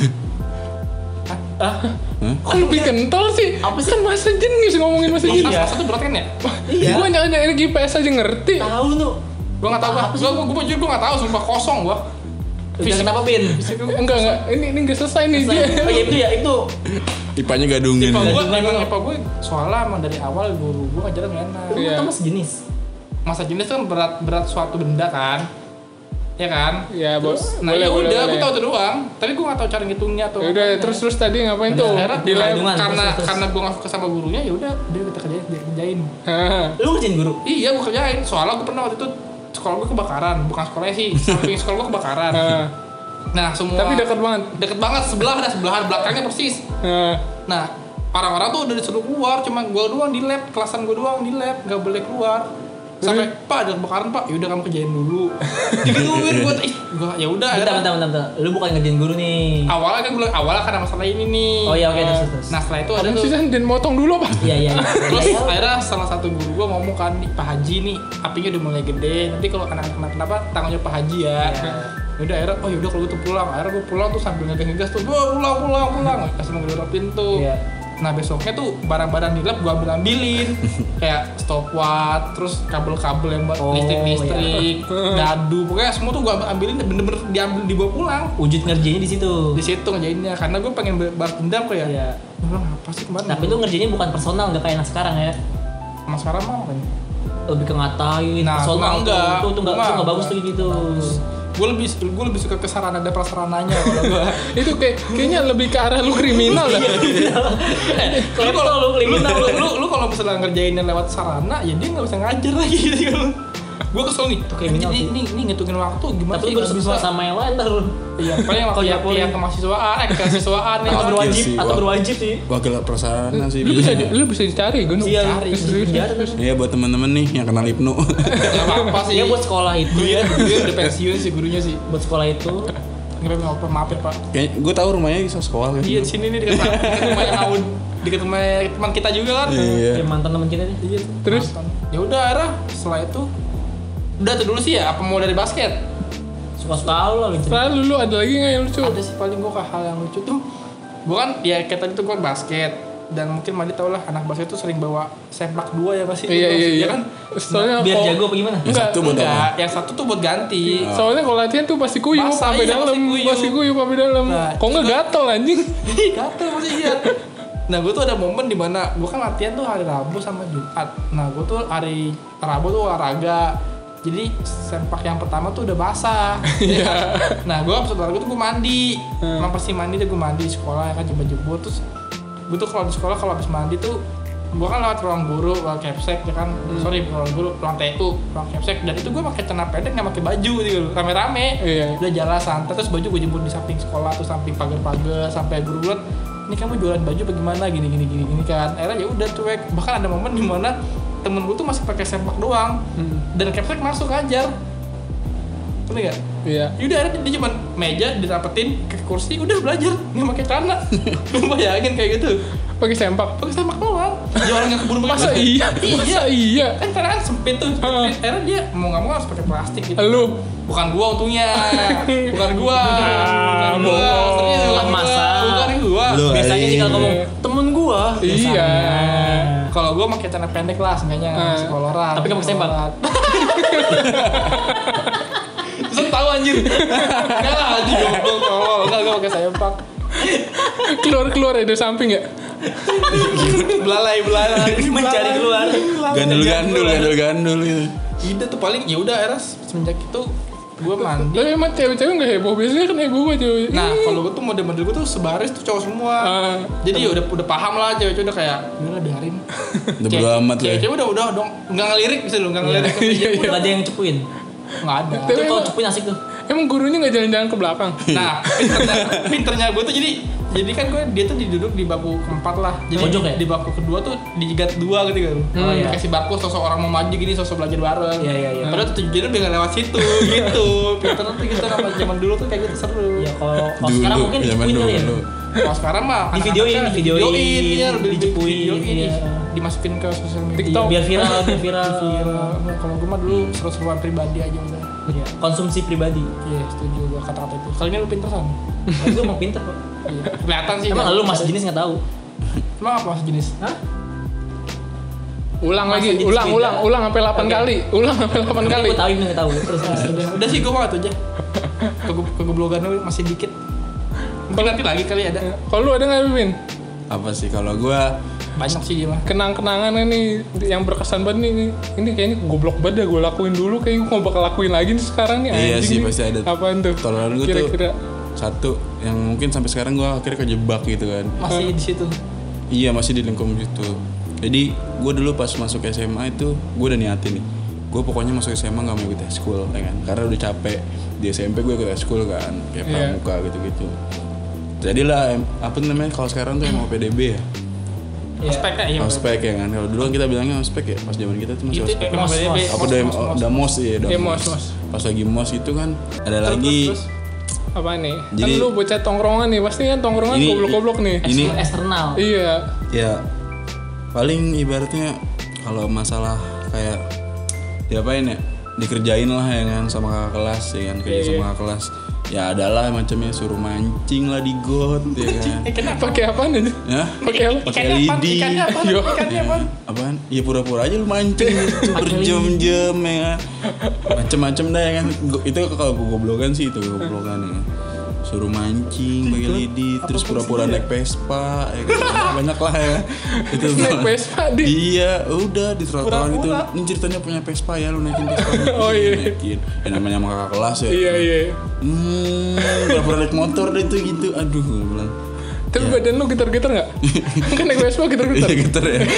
Ah, kok lebih kental sih? Apa sih? Kan masa jenis ngomongin masa jenis. Iya. Masa tuh berat kan ya? Iya. Gua nyala energi IPS aja ngerti. tahu tuh. Gua nggak tahu gua jujur gua nggak tahu, sumpah kosong gua. Udah kenapa Pin? Enggak. Ini enggak selesai nih dia. Oh ya itu. IPA-nya gadungin. Ipa gua Gadungan emang lu. Ipa gua soalnya emang dari awal guru gua ngajarin nggak enak. Lu Iya. tau masa jenis? Masa jenis kan berat suatu benda kan, ya kan? Ya, bos. Nah ya udah, aku tahu itu doang. Tapi gua nggak tahu cara ngitungnya tuh. Ya udah, terus tadi ngapain tuh? Akhirnya Di lab. Gadungan. karena terus. gua nggak suka sama gurunya, ya udah dia kita kerjain. Hah. Lu ngerjain guru? Iya gua kerjain. Soalnya gua pernah waktu itu sekolah gua kebakaran, bukan sekolahnya sih, samping sekolah gua kebakaran. Hah. Nah semua. Tapi dekat banget. Deket banget sebelahan belakangnya persis. Hah. Nah orang-orang tuh udah disuruh keluar, cuma gua doang di lab, kelasan gua doang di lab, nggak boleh keluar. Sampai Pak ada kebakaran Pak, yaudah kamu kerjain dulu. Digituin gua ya udah. Bentar. Lu bukan ngerjain guru nih. Awalnya kan gue awalnya karena masalah ini nih. Oh iya oke terus. Nah setelah itu ada Ada tuh. sih dan motong dulu Pak. Iya. Terus akhirnya salah satu guru gue ngomong kan, nih Pak Haji nih apinya udah mulai gede. Nanti kalau anak kenapa tanggung jawab Pak Haji ya. Iya. Udah akhirnya oh yaudah kalau gitu pulang. Akhirnya gue pulang tuh sambil ngegas tuh. Gue pulang. Kasih ngedorong pintu. Iya. Nah besoknya tuh barang-barang di lab gue ambilin kayak stopwatch, terus kabel-kabel yang buat Oh, listrik, dadu, pokoknya semua tuh gue ambilin bener-bener dibawa pulang. Wujud ngerjainnya di situ. Di situ ngerjainnya karena gue pengen balas dendam kayak Iya. Bang, apa sih kemarin? Tapi lu ngerjainnya bukan personal, nggak kayak anak sekarang ya. Mas sekarang mau kan? Lebih ke ngatain, Nah, personal gua enggak. tuh nggak bagus tuh gitu. Gue lebih suka ke sarana dan prasarananya kalau gue. Itu kayaknya lebih ke arah lu kriminal dah. Lu kalau lu kalau misalnya ngerjainnya lewat sarana, ya dia nggak bisa ngajar lagi gitu. Gue kesel nih. Itu kriminal sih. Ini ngitungin waktu gimana Tapi sih? lu harus bisa sama yang lain ntar lu. Iya, paling waktu Kalau ya nyapurin. kemahasiswaan, kemahasiswaan nih. Atau Wakil berwajib, sih, atau Wak. berwajib sih. Wakil perasaan sih Lu bisa dicari gue. Iya, cari. Serius. Iya buat teman-teman nih yang kenal Ibnu. Gak apa-apa sih. Dia buat sekolah itu. Dia udah pensiun sih gurunya sih. Buat sekolah itu. Nggak apa-apa, maaf ya Pak. Kayak gue tahu rumahnya di sekolah kan. Iya di sini nih dekat rumahnya Aun, dekat rumah teman kita juga kan. Iya. Kayak mantan teman kita nih. Iya. Terus? Ya udah akhirnya setelah itu udah tuh dulu sih ya apa mau dari basket? Suka-suka lu lah lu. Selalu lu ada lagi nggak yang lucu? Ada sih paling gua hal yang lucu tuh. Gua kan ya kayak tadi tuh gua basket dan mungkin Madi tau lah anak basket tuh sering bawa sempak dua ya pasti. Iya. kan. Soalnya Biar kalau- jago apa gimana? Yang satu buat apa? Enggak, yang satu tuh buat ganti. Soalnya kalau latihan tuh pasti kuyup Basah, sampai iya, dalam, pasti kuyup. sampai dalam. Nah, Kok nggak gatel anjing? Gatel pasti iya. Nah gue tuh ada momen dimana gue kan latihan tuh hari Rabu sama Jumat. Nah gue tuh hari Rabu tuh olahraga. Jadi sempak yang pertama tuh udah basah. Ya kan? Nah gue pas olahraga tuh gue mandi. Emang pasti mandi deh gue mandi di sekolah ya kan coba jebur terus. Gue tuh kalau di sekolah kalau habis mandi tuh gue kan lewat ruang guru, ruang capsek ya kan. Sorry ruang guru, ruang TU, ruang capsek. Dan itu gue pakai celana pendek nggak pakai baju gitu, rame-rame. Iya. Udah jalan santai terus baju gue jemput di samping sekolah tuh samping pagar-pagar sampai guru bilang ini kamu jualan baju bagaimana gini kan. Akhirnya ya udah cuek. Bahkan ada momen dimana temen gue tuh masih pakai sempak doang dan capsek masuk ajar. Bener gak? Iya. Yaudah akhirnya dia cuma meja dirapetin ke kursi udah belajar nggak pakai celana. Lu bayangin kayak gitu Pakai sempak. pakai sempak doang. Dia orang yang keburu Masa iya? Masa iya? kan karena kan sempit tuh akhirnya dia mau nggak mau harus pakai plastik gitu. Lu Bukan gua untungnya. Bukan gua. bohong. Serius, bukan Masa? Bukan gua. Lu Biasanya sih kalau aing. ngomong temen gua. iya. Kalau gua pakai celana pendek lah seenggaknya sekoloran. Tapi nggak pakai sempak? Terus tahu anjir. Enggak lah anjir goblok tolol. Enggak gua pakai sempak. Keluar dari samping ya? Belalai. Mencari keluar. Gandul gitu. Ide tuh paling ya udah akhirnya semenjak itu gua mandi. Tapi emang cewek-cewek nggak heboh. Biasanya kan heboh mah cewek. Nah, kalau gue tuh model-model gue tuh sebaris tuh cowok semua. Jadi ya udah paham lah cewek-cewek udah kayak udah biarin. Udah bodo amat lah. Cewek-cewek udah dong enggak ngelirik bisa lu, enggak ngelirik. Iya. Gak ada yang cepuin. Enggak ada. Itu kalau cepuin asik tuh. Emang gurunya nggak jalan-jalan ke belakang? Nah, pinternya gue tuh jadi kan dia tuh duduk di bangku keempat lah. Jadi Pojok ya? di bangku kedua tuh dijegat dua gitu kan. Oh, iya. Dikasih bangku sosok orang mau maju gini, sosok belajar bareng. Iya. Padahal tujuannya udah nggak lewat situ gitu. Pinter tuh gitu nama zaman dulu tuh kayak gitu seru. Ya kalau sekarang mungkin zaman dicepuin kali ya. dulu. Kalau sekarang mah Divideoin, ya, lebih dicepuin, videoin, iya. dimasukin ke sosial media. TikTok. Biar viral. Nah, kalau gue mah dulu seru-seruan pribadi aja udah. Iya, konsumsi pribadi. Iya, setuju gue kata-kata itu. Kali ini lu pinter San. Gue emang pinter kok. Iya. Kelihatan sih. Emang lu masih jenis nggak tahu? Emang apa masih jenis? Hah? Ulang Masa lagi, jenis ulang beda? sampai 8 kali. Ulang sampai 8 kali. Gue tahu ini nggak tahu. Terus. Udah sih gue mah itu aja. Kegoblokan lu masih dikit. Mungkin nanti lagi kali ada. Kalau lu ada nggak Bibin? Apa sih kalau gua Banyak sih dia mah. Kenang-kenangan nih yang berkesan banget nih. Ini kayaknya goblok banget dah gue lakuin dulu, kayaknya gue gak bakal lakuin lagi nih sekarang nih. Iya anjing sih, nih. pasti ada. Apaan tuh? Toleran gue tuh Kira-kira. satu yang mungkin sampai sekarang gue akhirnya kejebak gitu kan. Masih di situ. Iya, masih di lingkup itu. Jadi gue dulu pas masuk SMA itu gue udah niatin nih, gue pokoknya masuk SMA gak mau ikut eskul ya kan, karena udah capek di SMP gue ikut eskul kan kayak Iya. pramuka gitu-gitu. Jadilah apa namanya kalau sekarang tuh PDB ya, Aspeknya iya. ospek ya kan. Kalau dulu kan kita bilangnya ospek ya, pas zaman kita tuh masih Itu ospek. emang PDB. Apa udah mos ya, Iya, mos. Pas lagi mos itu kan ada lagi. Terus. Apa nih? Jadi- Kan lu bocah tongkrongan nih, pasti kan tongkrongan Ini- goblok-goblok nih. Ini eksternal. Iya. ya paling ibaratnya kalau masalah kayak diapain ya, dikerjain lah ya kan sama kakak kelas ya kan, kerja Iya. sama kakak kelas ya adalah macamnya, suruh mancing lah di got ya kan. Pakai apaan aja? Ya Pakai apa? pakai Ikannya apaan? lidi. Ikannya apaan? Yo. Ikannya apaan? Apaan? Ya pura-pura aja lu mancing gitu berjam-jam ya kan. Macem-macem dah ya kan. Itu kalau goblokan sih, itu goblokan ya. Suruh mancing pakai lidi, terus pura-pura naik Vespa ya kan. Banyak lah ya. Itu Naik Vespa di. Iya, udah di trotoar gitu. Pura-pura. Ini ceritanya punya Vespa ya, lu naikin Vespa. Oh, iya. Naikin. Ya namanya sama kakak kelas ya. Iya. Pura-pura naik motor deh tuh gitu. Aduh, gue bilang. Tapi badan lu getar-getar nggak? Kan naik Vespa getar-getar. Iya getar ya.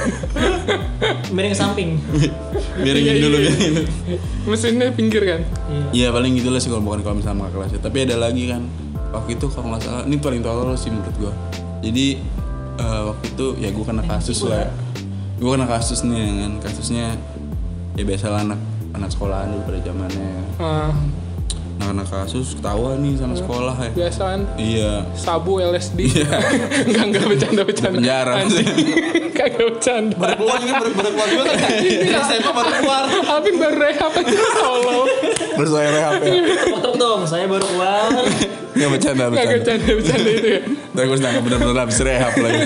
Miring ke samping. Biarin dulu biarin dulu. Mesinnya pinggir kan? Iya paling gitulah sih kalau bukan kalau misalnya sama kelas ya. Tapi ada lagi kan waktu itu kalau nggak salah, ini paling tolol sih menurut gua. Jadi waktu itu ya gua kena kasus lah. Gua kena kasus nih ya kan, kasusnya ya biasalah anak sekolahan dulu pada zamannya. Ah, Nah, kena kasus ketawa nih sama sekolah ya. biasaan Iya. sabu LSD. Enggak bercanda. Penjara. Anjing. Kagak bercanda. Baru keluar juga kan. Ini SMA baru keluar. Alvin baru rehab aja. Tolong. Bersuara rehab ya. Tepuk dong, saya baru keluar. Nggak bercanda. Kagak bercanda itu ya. Ntar gue sedang bener-bener habis rehab lagi.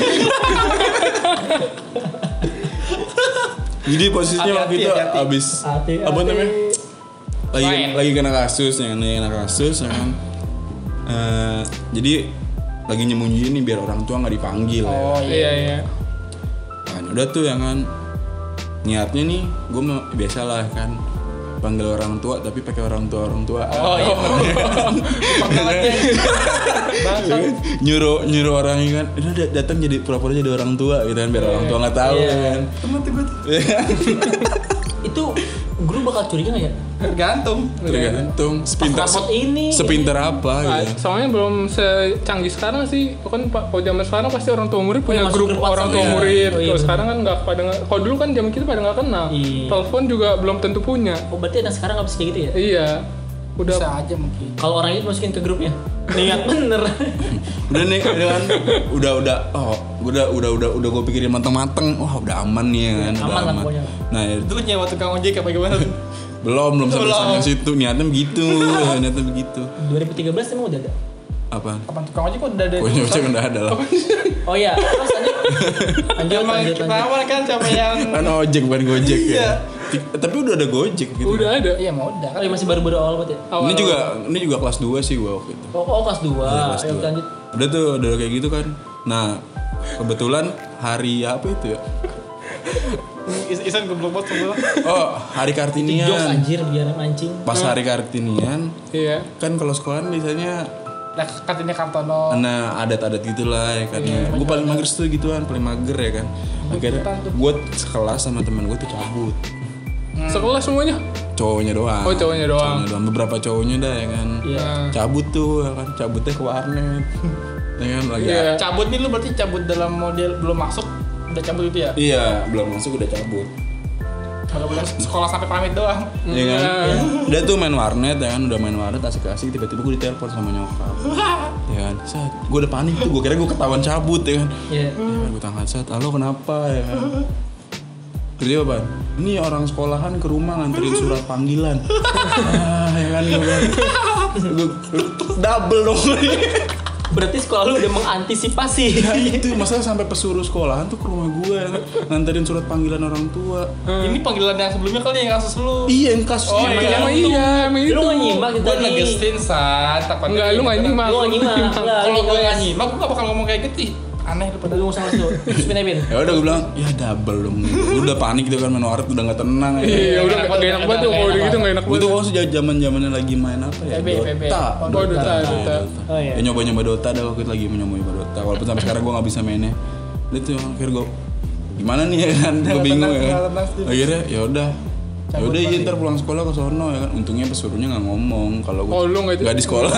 Jadi posisinya waktu itu Hati-hati. habis Hati-hati. apa namanya? Lain. Lagi kena kasus ya kan. Jadi lagi nyembunyiin nih biar orang tua nggak dipanggil. Oh Ya. Iya. Kan udah tuh ya kan. Niatnya nih gue biasa lah kan panggil orang tua tapi pakai orang tua. Oh iya. nyuruh orangnya kan udah datang jadi pura-pura jadi orang tua gitu kan biar orang tua nggak tahu kan. Temen tuh gue tuh. Itu guru bakal curiga nggak ya? Tergantung. Tergantung Rapot ini. sepinter apa Ah, gitu. soalnya belum secanggih sekarang sih. Kan kalau zaman sekarang pasti orang tua murid punya masuk grup grup orang tua WhatsApp. murid. Oh, iya, Kalau bener. sekarang kan nggak pada. Kalau dulu kan zaman kita pada nggak kenal. Iya. Telepon juga belum tentu punya. Oh berarti anak sekarang nggak bisa kayak gitu ya? Iya. Udah. Bisa aja mungkin. Kalau orang itu masukin ke grupnya. Niat bener. Udah nih kan udah gue pikirin mateng-mateng. Wah udah aman nih ya kan. Udah aman lah pokoknya. Nah ya, Itu lu nyewa tukang ojek apa gimana tuh? belum sampai Belum. sana situ niatnya begitu. Niatnya begitu. 2013 emang udah ada? Apa? Kapan tukang ojek kok udah ada? Pokoknya ojek udah ada lah. Oh iya, terus lanjut. Emang ketahuan kan sama yang Kan ojek bukan gojek ya. Iya. Tapi udah ada gojek gitu. Udah ada. iya mau udah Oh iya masih baru-baru awal banget ya? Awal-awal. Ini juga kelas 2 sih gue waktu itu. Oh kelas 2. Iya, kelas Ayo 2. lanjut. Udah tuh udah kayak gitu kan. Nah kebetulan hari apa itu ya? Isan goblok banget semua. Oh hari Jokes Kartinian. anjir biar mancing. Pas hari Kartinian Iya. kan kalau sekolahan biasanya Nah katanya Kartono. nah adat-adat gitulah ya kan. Gue paling mager tuh gituan, paling mager ya kan. Akhirnya gue sekelas sama teman gue tuh cabut. Sekelas semuanya. Cowoknya doang. Oh, cowoknya doang. Beberapa cowoknya dah ya kan. Iya. Cabut tuh ya kan, cabutnya ke warnet. Ya kan lagi. Iya. Cabut nih lu berarti cabut dalam model belum masuk udah cabut itu ya? Iya, belum masuk udah cabut. Bener-bener sekolah sampai pamit doang. Iya kan? Udah tuh main warnet ya kan, udah main warnet asik-asik tiba-tiba gue ditelepon sama nyokap. Ya kan, Sat, gue udah panik tuh, gue kira gue ketahuan cabut ya kan. Iya. Ya kan, gue tangkat Sat, halo kenapa ya kan. Terus dia apa? Ini orang sekolahan ke rumah nganterin surat panggilan. Ya kan gue double dong. Berarti sekolah lu udah mengantisipasi. Ya itu masalah sampai pesuruh sekolahan tuh ke rumah gue ya kan, nganterin surat panggilan orang tua. Ini panggilan yang sebelumnya kali yang kasus lu. Iya yang kasus Oh, itu. iya. Emang itu. Lu nggak nyimak gitu Gue tadi. ngegestin Sat, takutnya Enggak, lu nggak nyimak. Lu nggak nyimak. Kalau gue nggak nyimak, gue nggak bakal ngomong kayak gitu. Aneh lu pada. Lu ngomong sama lu. Spin. Ya udah gue bilang ya double dong. Gue udah panik gitu kan main warnet udah nggak tenang ya. Iya, udah gak enak banget tuh kalau udah gitu gak enak Gue banget. tuh waktu zaman-zamannya lagi main apa ya? PB. Dota. Oh, Dota. Oh iya. Ya nyoba-nyoba Dota dah waktu itu lagi nyoba Dota. Walaupun sampai sekarang gue nggak bisa mainnya. Itu yang akhir gue gimana nih ya kan? Gue bingung ya kan. Akhirnya ya udah iya ntar pulang sekolah ke sono ya kan. Untungnya pesuruhnya nggak ngomong kalau gue Oh, lu nggak di sekolah.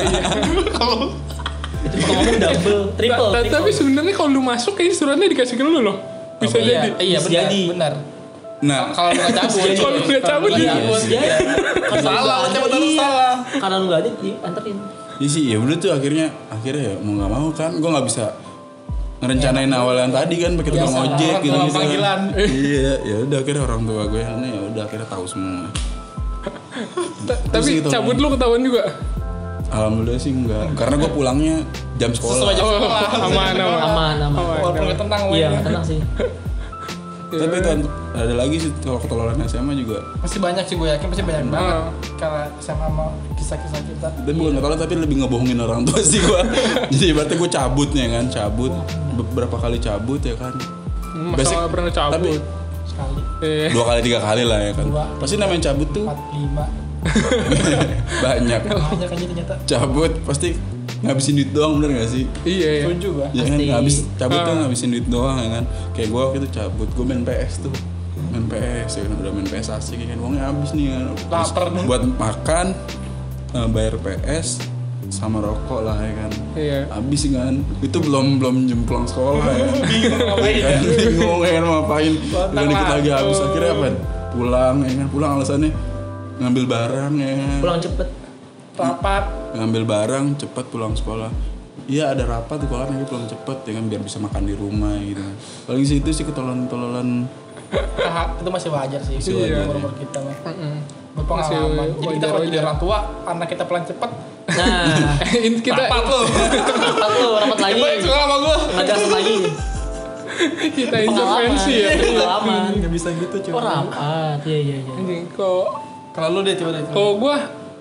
Itu kalau ngomong double, triple. Tapi sebenarnya kalau lu masuk kayaknya suratnya dikasih ke lu loh. Bisa jadi. Iya Bisa benar. jadi. Benar. Nah, Kalau lu nggak cabut, Kalau lu nggak cabut, Kalau lu iya. nggak cabut, Iya. Salah, lu cabut harus salah. Karena lu nggak ada dianterin. iya sih ya udah tuh akhirnya ya mau nggak mau kan gue nggak bisa ngerencanain awal yang tadi kan pakai tukang Biasa, ojek orang gitu tukang gitu panggilan. Iya ya udah akhirnya orang tua gue ya udah akhirnya tahu semua. Tapi gitu. cabut lu ketahuan juga. Alhamdulillah sih enggak karena gue pulangnya jam sekolah. Sesuai jam sekolah. Aman. Aman. Walaupun nggak tenang Iya, mainnya. nggak tenang sih. Tapi itu ada lagi sih kalau ketololan SMA juga. Pasti banyak sih, gue yakin pasti banyak banget. Karena SMA sama kisah-kisah kita. Tapi bukan ketololan tapi lebih ngebohongin orang tua sih gue. Jadi berarti gue cabutnya kan cabut beberapa kali cabut ya kan. Masalah pernah cabut. Tapi Sekali, 2 kali 3 kali lah ya kan. Dua. Pasti namanya cabut tuh 4, 5. banyak. Banyak aja ternyata. Cabut pasti ngabisin duit doang bener gak sih? Iya. Setuju gue. Ya kan Pasti. habis cabut tuh ngabisin duit doang ya kan. Kayak gue waktu itu cabut, gue main PS tuh. Main PS ya kan udah main PS asik ya kan uangnya habis nih kan. Terus Laper nih. buat makan bayar PS sama rokok lah ya kan. Iya. Habis kan. Itu belum jemplang sekolah ya. Bingung ngapain ya. Bingung ya kan mau ngapain. Udah dikit lagi habis akhirnya apa? Pulang ya kan. Pulang alasannya ngambil barang ya kan. Pulang cepet. Rapat. Ngambil barang cepet pulang sekolah. Iya ada rapat di sekolah nanti pulang cepet ya kan biar bisa makan di rumah gitu kan. Paling situ sih ketololan Itu masih wajar sih. Masih wajar, Umur kita mah. Masih Berpengalaman. Jadi kita kalau jadi wajar-wajar. orang tua, anak kita pulang cepet. Nah, Ini kita Rapat lu. rapat lagi. Baik sekolah sama gue. Ngajar lagi. kita intervensi ya. Pengalaman. Gak bisa gitu Oh rapat. Iya. Anjing kok Kalau lu deh coba deh. kalau gua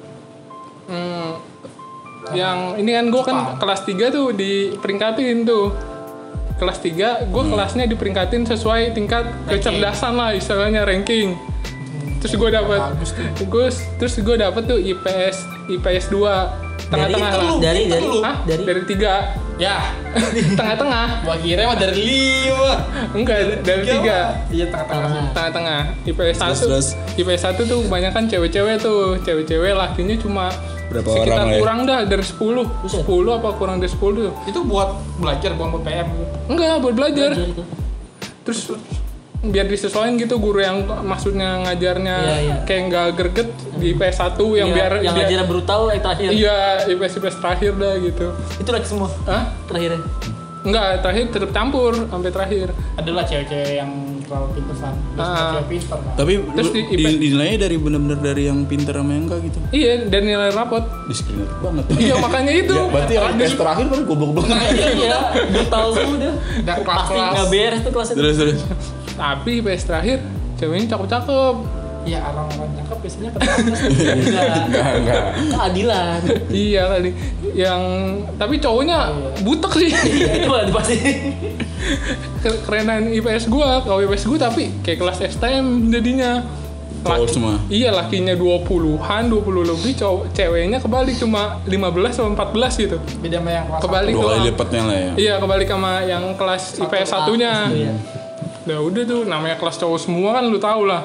yang ini kan gua kan kelas 3 tuh diperingkatin tuh. Kelas 3 gua kelasnya diperingkatin sesuai tingkat kecerdasan lah istilahnya ranking. Terus gue dapat terus gue dapat tuh IPS 2 tengah-tengah lah. Dari Hah? Dari 3. Ya, Tengah-tengah. gua kira mah dari 5. Enggak, dari 3. Iya, tengah-tengah. Tengah-tengah. IPS 1. Terus. IPS 1 tuh kebanyakan cewek-cewek tuh. Cewek-cewek lakinya cuma Berapa sekitar orang lah ya? kurang dah dari 10. Buset. 10 apa kurang dari 10 tuh. Itu buat belajar, bukan buat PM gitu. Enggak, buat belajar. Belajar itu. Terus biar disesuaikan gitu guru yang maksudnya ngajarnya Iya. kayak nggak greget di IPS 1 yang Iya, biar yang biar- ngajarnya brutal terakhir. Iya, IPS terakhir dah gitu. Itu lagi semua. Hah? Terakhirnya. Enggak, terakhir tetap campur sampai terakhir. Adalah cewek-cewek yang terlalu pinteran. Cewek pinter kan. Tapi Terus dinilainya dari bener-bener dari yang pinter sama yang enggak gitu. Iya, dan nilai rapot. Diskriminatif banget. Iya, makanya itu. Ya, berarti yang tes terakhir baru goblok banget. Iya, brutal semua dia. Dan Pasti kelas-kelas. nggak beres tuh kelas itu. Terus. Tapi IPS terakhir ceweknya cakep-cakep. Ya orang-orang cakep biasanya ketangkep. Enggak. Keadilan. Iya kali. Yang tapi cowoknya butek sih. Itu malah pasti. Kerenan IPS gua, kalau IPS gua tapi kayak kelas STM jadinya. Cowok semua. Iya, lakinya 20-an, 20 lebih, ceweknya kebalik cuma 15 sama 14 gitu. Beda sama yang kelas Kebalik 2 kali doang. lipatnya lah ya. Iya, kebalik sama yang kelas IPS satunya. Iya. Ya udah tuh namanya kelas cowok semua kan lu tau lah.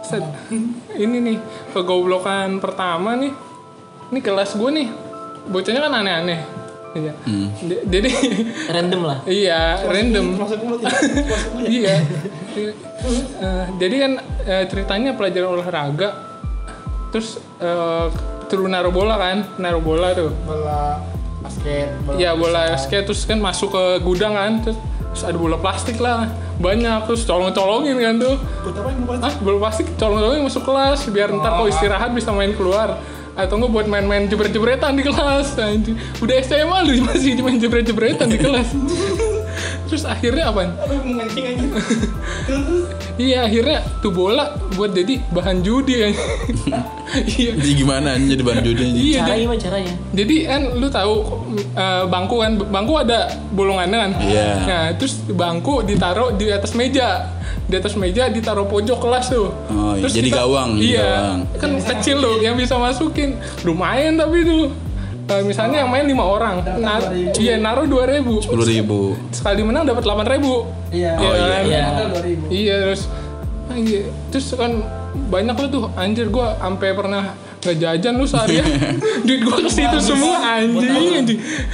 Set. Ini nih kegoblokan pertama nih. Ini kelas gue nih. Bocahnya kan aneh-aneh. Iya. Jadi Random lah. iya, random. Masuk mulut ya. Iya. Jadi kan ceritanya pelajaran olahraga. Terus turun naruh bola tuh. Bola basket. Iya, bola basket terus kan masuk ke gudang kan. Terus ada bola plastik lah. Banyak terus colong-colongin kan tuh. Buat apa yang lupa? Bola plastik colong-colongin masuk kelas biar ntar kalau istirahat bisa main keluar. Atau enggak buat main-main jebret-jebretan di kelas. Anjing. Udah SMA lu masih main jebret-jebretan di kelas. Terus akhirnya apaan? Aduh, mau mancing aja. Iya, akhirnya tuh bola buat jadi bahan judi kan. Iya. Jadi gimana jadi bahan judi? Iya, Cara gimana caranya? jadi kan lu tahu bangku ada bolongannya kan. Iya. Nah, terus bangku ditaruh di atas meja. Di atas meja ditaruh pojok kelas tuh. Oh, iya. Jadi gawang, jadi Iya. gawang. Kan kecil loh yang bisa masukin. Lumayan tapi tuh. Misalnya yang main 5 orang. Naruh 2.000. 10.000. Sekali menang dapat 8.000. Iya. Oh, iya. kan? Iya. Ada 2000. Iya, terus kan banyak lo tuh anjir, gua sampai pernah nggak jajan lu seharian. Duit gua ke situ semua anjing.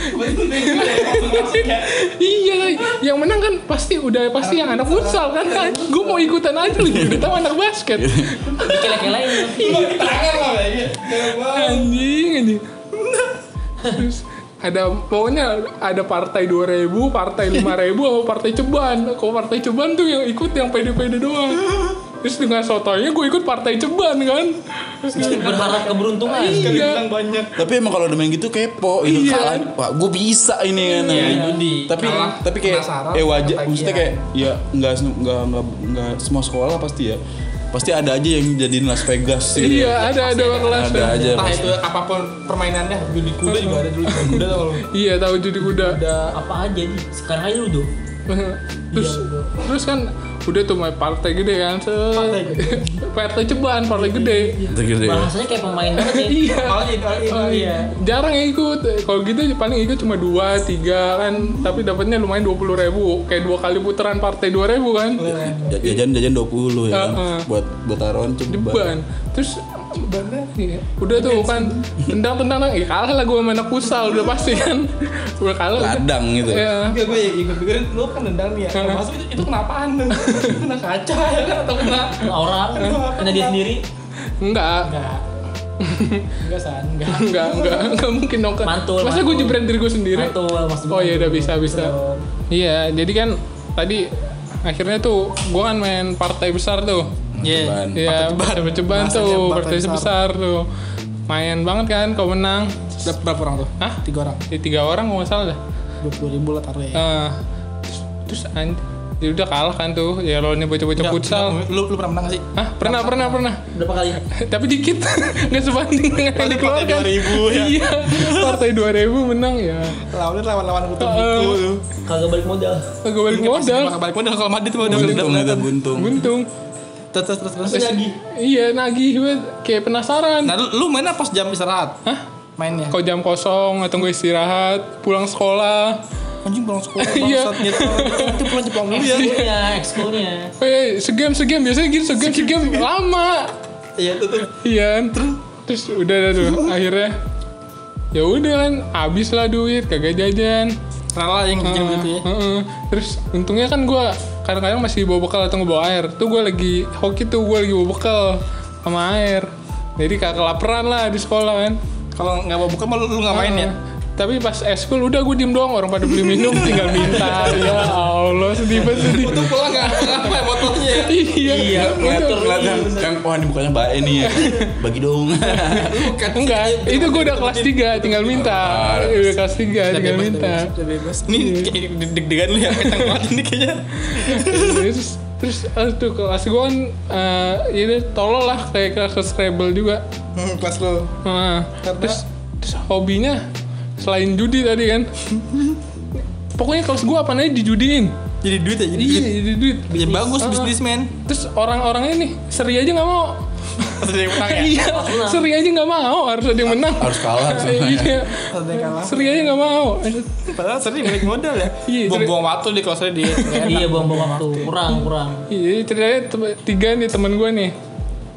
Iya, yang menang kan pasti yang anak futsal kan. Gua mau ikutan aja lagi, udah tahu anak basket. Dikele-kelein. Tangan lah kayaknya. Anjing. Terus pokoknya ada partai 2.000, partai 5.000 sama partai ceban. Kalau partai ceban tuh yang ikut yang pede-pede doang. Terus dengan sotonya gue ikut partai ceban kan. Berharap keberuntungan. Iya. Banyak. Tapi emang kalau udah main gitu kepo, itu Iya. kalah. Wah, gue bisa ini kan. Iya, judi. Tapi kayak Penasaran, wajar, ketagihan. maksudnya kayak ya nggak semua sekolah pasti ya. Pasti ada aja yang jadiin Las Vegas gitu. Iya, ada kelas. Ada aja. Entah pasti. itu apapun permainannya, judi kuda juga ada dulu. Judi kuda tau lu. Iya, tahu judi kuda. Apa aja nih? Sekarang aja ludo. Terus kan udah tuh main partai gede kan. Partai ceban, partai gede. Gede. Bahasanya kayak pemain banget ya. Iya. Oh iya. Jarang yang ikut. Kalau gitu paling ikut cuma 2, 3 kan. Tapi dapatnya lumayan 20.000. Kayak 2 kali putaran partai 2.000 kan. Jajan 20 ya kan. Heeh. Buat taruhan ceban. Jeban. Terus udah tuh kan tendang ya kalah lah gue sama anak futsal udah pasti kan. Udah kalah. Ladang gitu. Iya. Enggak, gue ikut pikirin lu kan nendang nih ya. Masuk itu kenapaan? Kena kaca ya kan atau kena Orang kena dia sendiri. Enggak mungkin dong. Mantul, Masa gue mantul. jebret diri gue sendiri? Mantul, maksud Oh gue. iya udah bisa. Iya, jadi kan tadi akhirnya tuh gue kan main partai besar tuh. Iya. Iya, partai ceban Bahasanya tuh, partai partai besar tuh. Main banget kan kalau menang. Berapa orang tuh? Hah? 3 orang. Ya, 3 orang kalau nggak salah dah. 20.000 lah taruh ya. Terus ya udah kalah kan tuh. Ya lo nih bocah-bocah futsal. Lu pernah menang gak sih? Hah? Pernah. Berapa kali? Tapi dikit. Nggak sebanding dengan yang dikeluarkan. 2.000 ya. Iya. Partai 2.000 menang ya. Lawan kutu buku tuh. Kagak balik modal. Agak balik modal. Balik modal kalau Madrid mah udah Buntung. Buntung. Terus. Terus lagi. Iya, nagih gue kayak penasaran. Nah, lu mainnya pas jam istirahat? Hah? Mainnya? Kalau jam kosong atau gue istirahat, pulang sekolah. Anjing pulang sekolah Iya. bangsat gitu. Itu pulang dulu ya. Ekskulnya. Segame biasanya gitu, segame lama. Iya tuh. Iya, terus udah tuh akhirnya. Ya udah kan, habis lah duit, kagak jajan. Rela yang bikin gitu ya. Terus untungnya kan gue kadang-kadang masih bawa bekal atau ngebawa air. Tuh gue lagi hoki tuh, gue lagi bawa bekal sama air. Jadi kagak kelaparan lah di sekolah kan. Kalau nggak mau buka malu lu nggak main ya? Tapi pas eskul udah gue diem doang, orang pada beli minum tinggal minta. Ya Allah, sedih banget sedih. Untuk pulang nggak apa ya botolnya ya? Iya, Kelihatan yang wah ini bukannya baik nih ya. Bagi dong. Enggak, itu gue udah kelas 3 tinggal minta. Udah kelas 3 tinggal minta. Udah bebas. Nih kayak deg-degan lu ya kencang banget ini kayaknya. Terus tuh kelas gue kan ini tolol lah kayak kelas Scrabble juga. Kelas lu. Nah, terus hobinya selain judi tadi kan. Pokoknya kelas gue apa aja dijudiin. Jadi duit ya jadi. Iya, jadi duit. Ya bagus bisnismen. Terus orang-orangnya nih seri aja nggak mau. Pas ada yang menang ya. Iya, seri aja nggak mau, harus ada yang menang. Harus kalah. Iya, Ada yang kalah. seri aja nggak mau. Padahal sering balik modal ya. Iya, Buang-buang waktu di kelasnya dia. Iya, buang-buang waktu. Kurang. Iya, ceritanya 3 nih temen gue nih.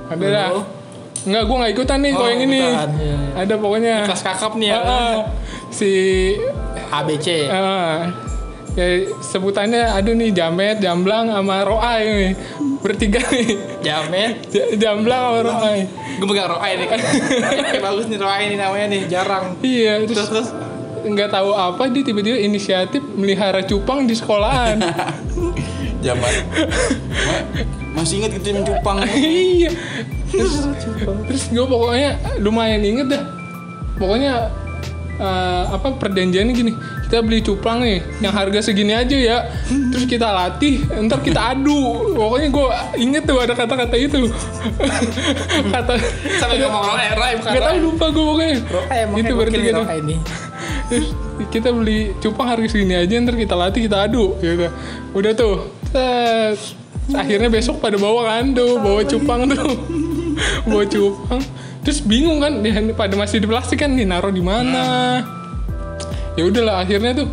Ada dah. Enggak, gue nggak ikutan nih kalau yang ini. ikutan. Ada pokoknya. Kelas kakap nih ya. Si ABC. Ya sebutannya ada nih Jamet, Jamblang sama Roai nih. Bertiga nih. Jamet. Jamblang sama Roai. Gue pegang Roai nih kan. Bagus nih Roai nih namanya nih, jarang. Iya, terus nggak tahu apa dia tiba-tiba inisiatif melihara cupang di sekolahan. Zaman masih ingat kita main cupang. Iya. Terus gue pokoknya lumayan inget dah. Pokoknya perjanjiannya gini, kita beli cupang nih yang harga segini aja ya, terus kita latih, ntar kita adu. Pokoknya gue inget tuh ada kata-kata itu. Kata Sampai ngomong Roai bukan nggak tahu, lupa gue pokoknya. Roai emang Itu bertiga tuh. Roai ini. Terus kita beli cupang harga segini aja, ntar kita latih, kita adu gitu. Udah tuh. Akhirnya besok pada bawa kan tuh, bawa cupang tuh. Bawa cupang. Terus bingung kan, pada masih di plastik kan, nih naruh di mana. Ya udahlah, akhirnya tuh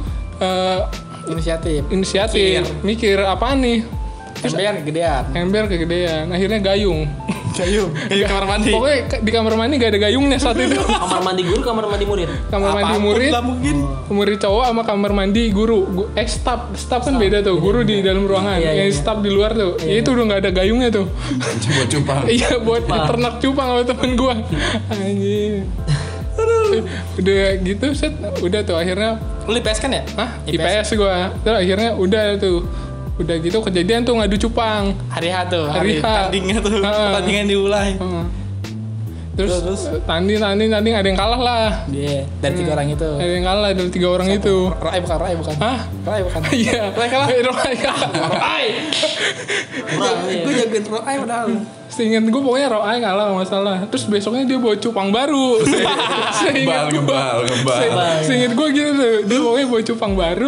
inisiatif mikir apaan nih. Ember kegedean. Akhirnya gayung. Di kamar mandi. Pokoknya di kamar mandi gak ada gayungnya saat itu. Kamar mandi guru, kamar mandi murid. Kamar mandi murid lah mungkin. murid cowok sama kamar mandi guru. Staff kan beda tuh. Guru di dalam ruangan, yang staff di luar tuh. Itu udah nggak ada gayungnya tuh. Buat cupang. Iya, buat ternak cupang sama temen gua. Anjing. Udah gitu set, udah tuh akhirnya. Lu IPS kan ya? Hah? IPS gua. Terus akhirnya udah tuh. Udah gitu kejadian tuh ngadu cupang. Hari H tuh, Hari H. tandingnya tuh. Pertandingan dimulai. Terus tanding ada yang kalah lah. Iya, dari 3 orang itu. Ada yang kalah dari 3 orang itu. Roai bukan. Hah? Roai bukan. Iya. Roai kalah. Roai kalah. Roai. Gue jagain Roai padahal. Seingat gue pokoknya Roai kalah nggak salah. Terus besoknya dia bawa cupang baru. Ngebal. Seingat gue gitu tuh. Dia pokoknya bawa cupang baru.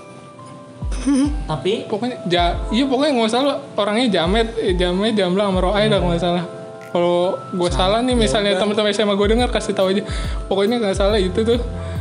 Tapi Pokoknya pokoknya nggak salah orangnya Jamet, Jamblang sama Roai dah nggak salah. Kalau gue salah nih misalnya teman-teman SMA gue dengar kasih tahu aja. Pokoknya nggak salah itu tuh.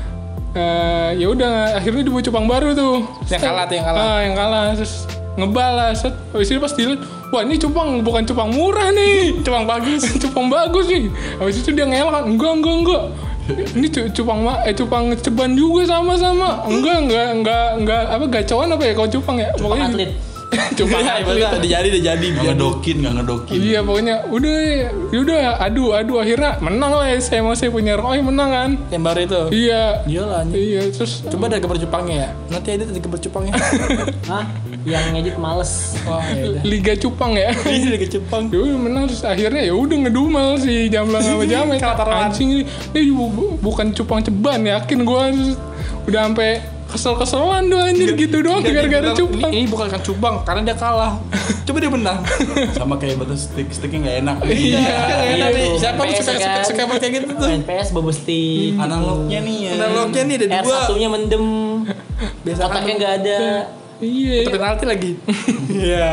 Ya udah akhirnya dibawa cupang baru tuh. Yang kalah. Terus ngebal lah. Habis itu pas dilihat, wah ini cupang bukan cupang murah nih, cupang bagus. Cupang bagus nih. Habis itu dia ngelak, enggak. Ini cupang ceban juga sama. Enggak apa gacoan apa ya kalau cupang ya. cupang atlet. Cupang atlet. Udah jadi Nggak ngedokin. Iya pokoknya udah adu akhirnya menang lah ya. Saya punya Roy menang kan. Yang baru itu. Iya. Iyalah anjing. Iya terus Coba ada gambar cupangnya ya. Nanti ada gambar cupangnya. Hah? Yang ngedit males. Wah, ya udah. Liga cupang ya. Ini lagi cupang. Ya udah menang terus akhirnya ya udah ngedumel si Jamblang sama Jamet. Anjing ini bukan cupang ceban yakin gua. Terus udah sampai kesel-keselan doang anjir gitu doang gara-gara cupang. Ini bukan kan cupang karena dia kalah. Coba dia menang. Sama kayak batu sticknya nggak enak. Iya. Enak nih. Siapa PS suka banget kayak gitu tuh? Main PS bobo stick. Analognya nih ya. Analognya nih ada 2. R1-nya mendem. Biasa Kotaknya nggak ada. Iya. penalti lagi. Iya.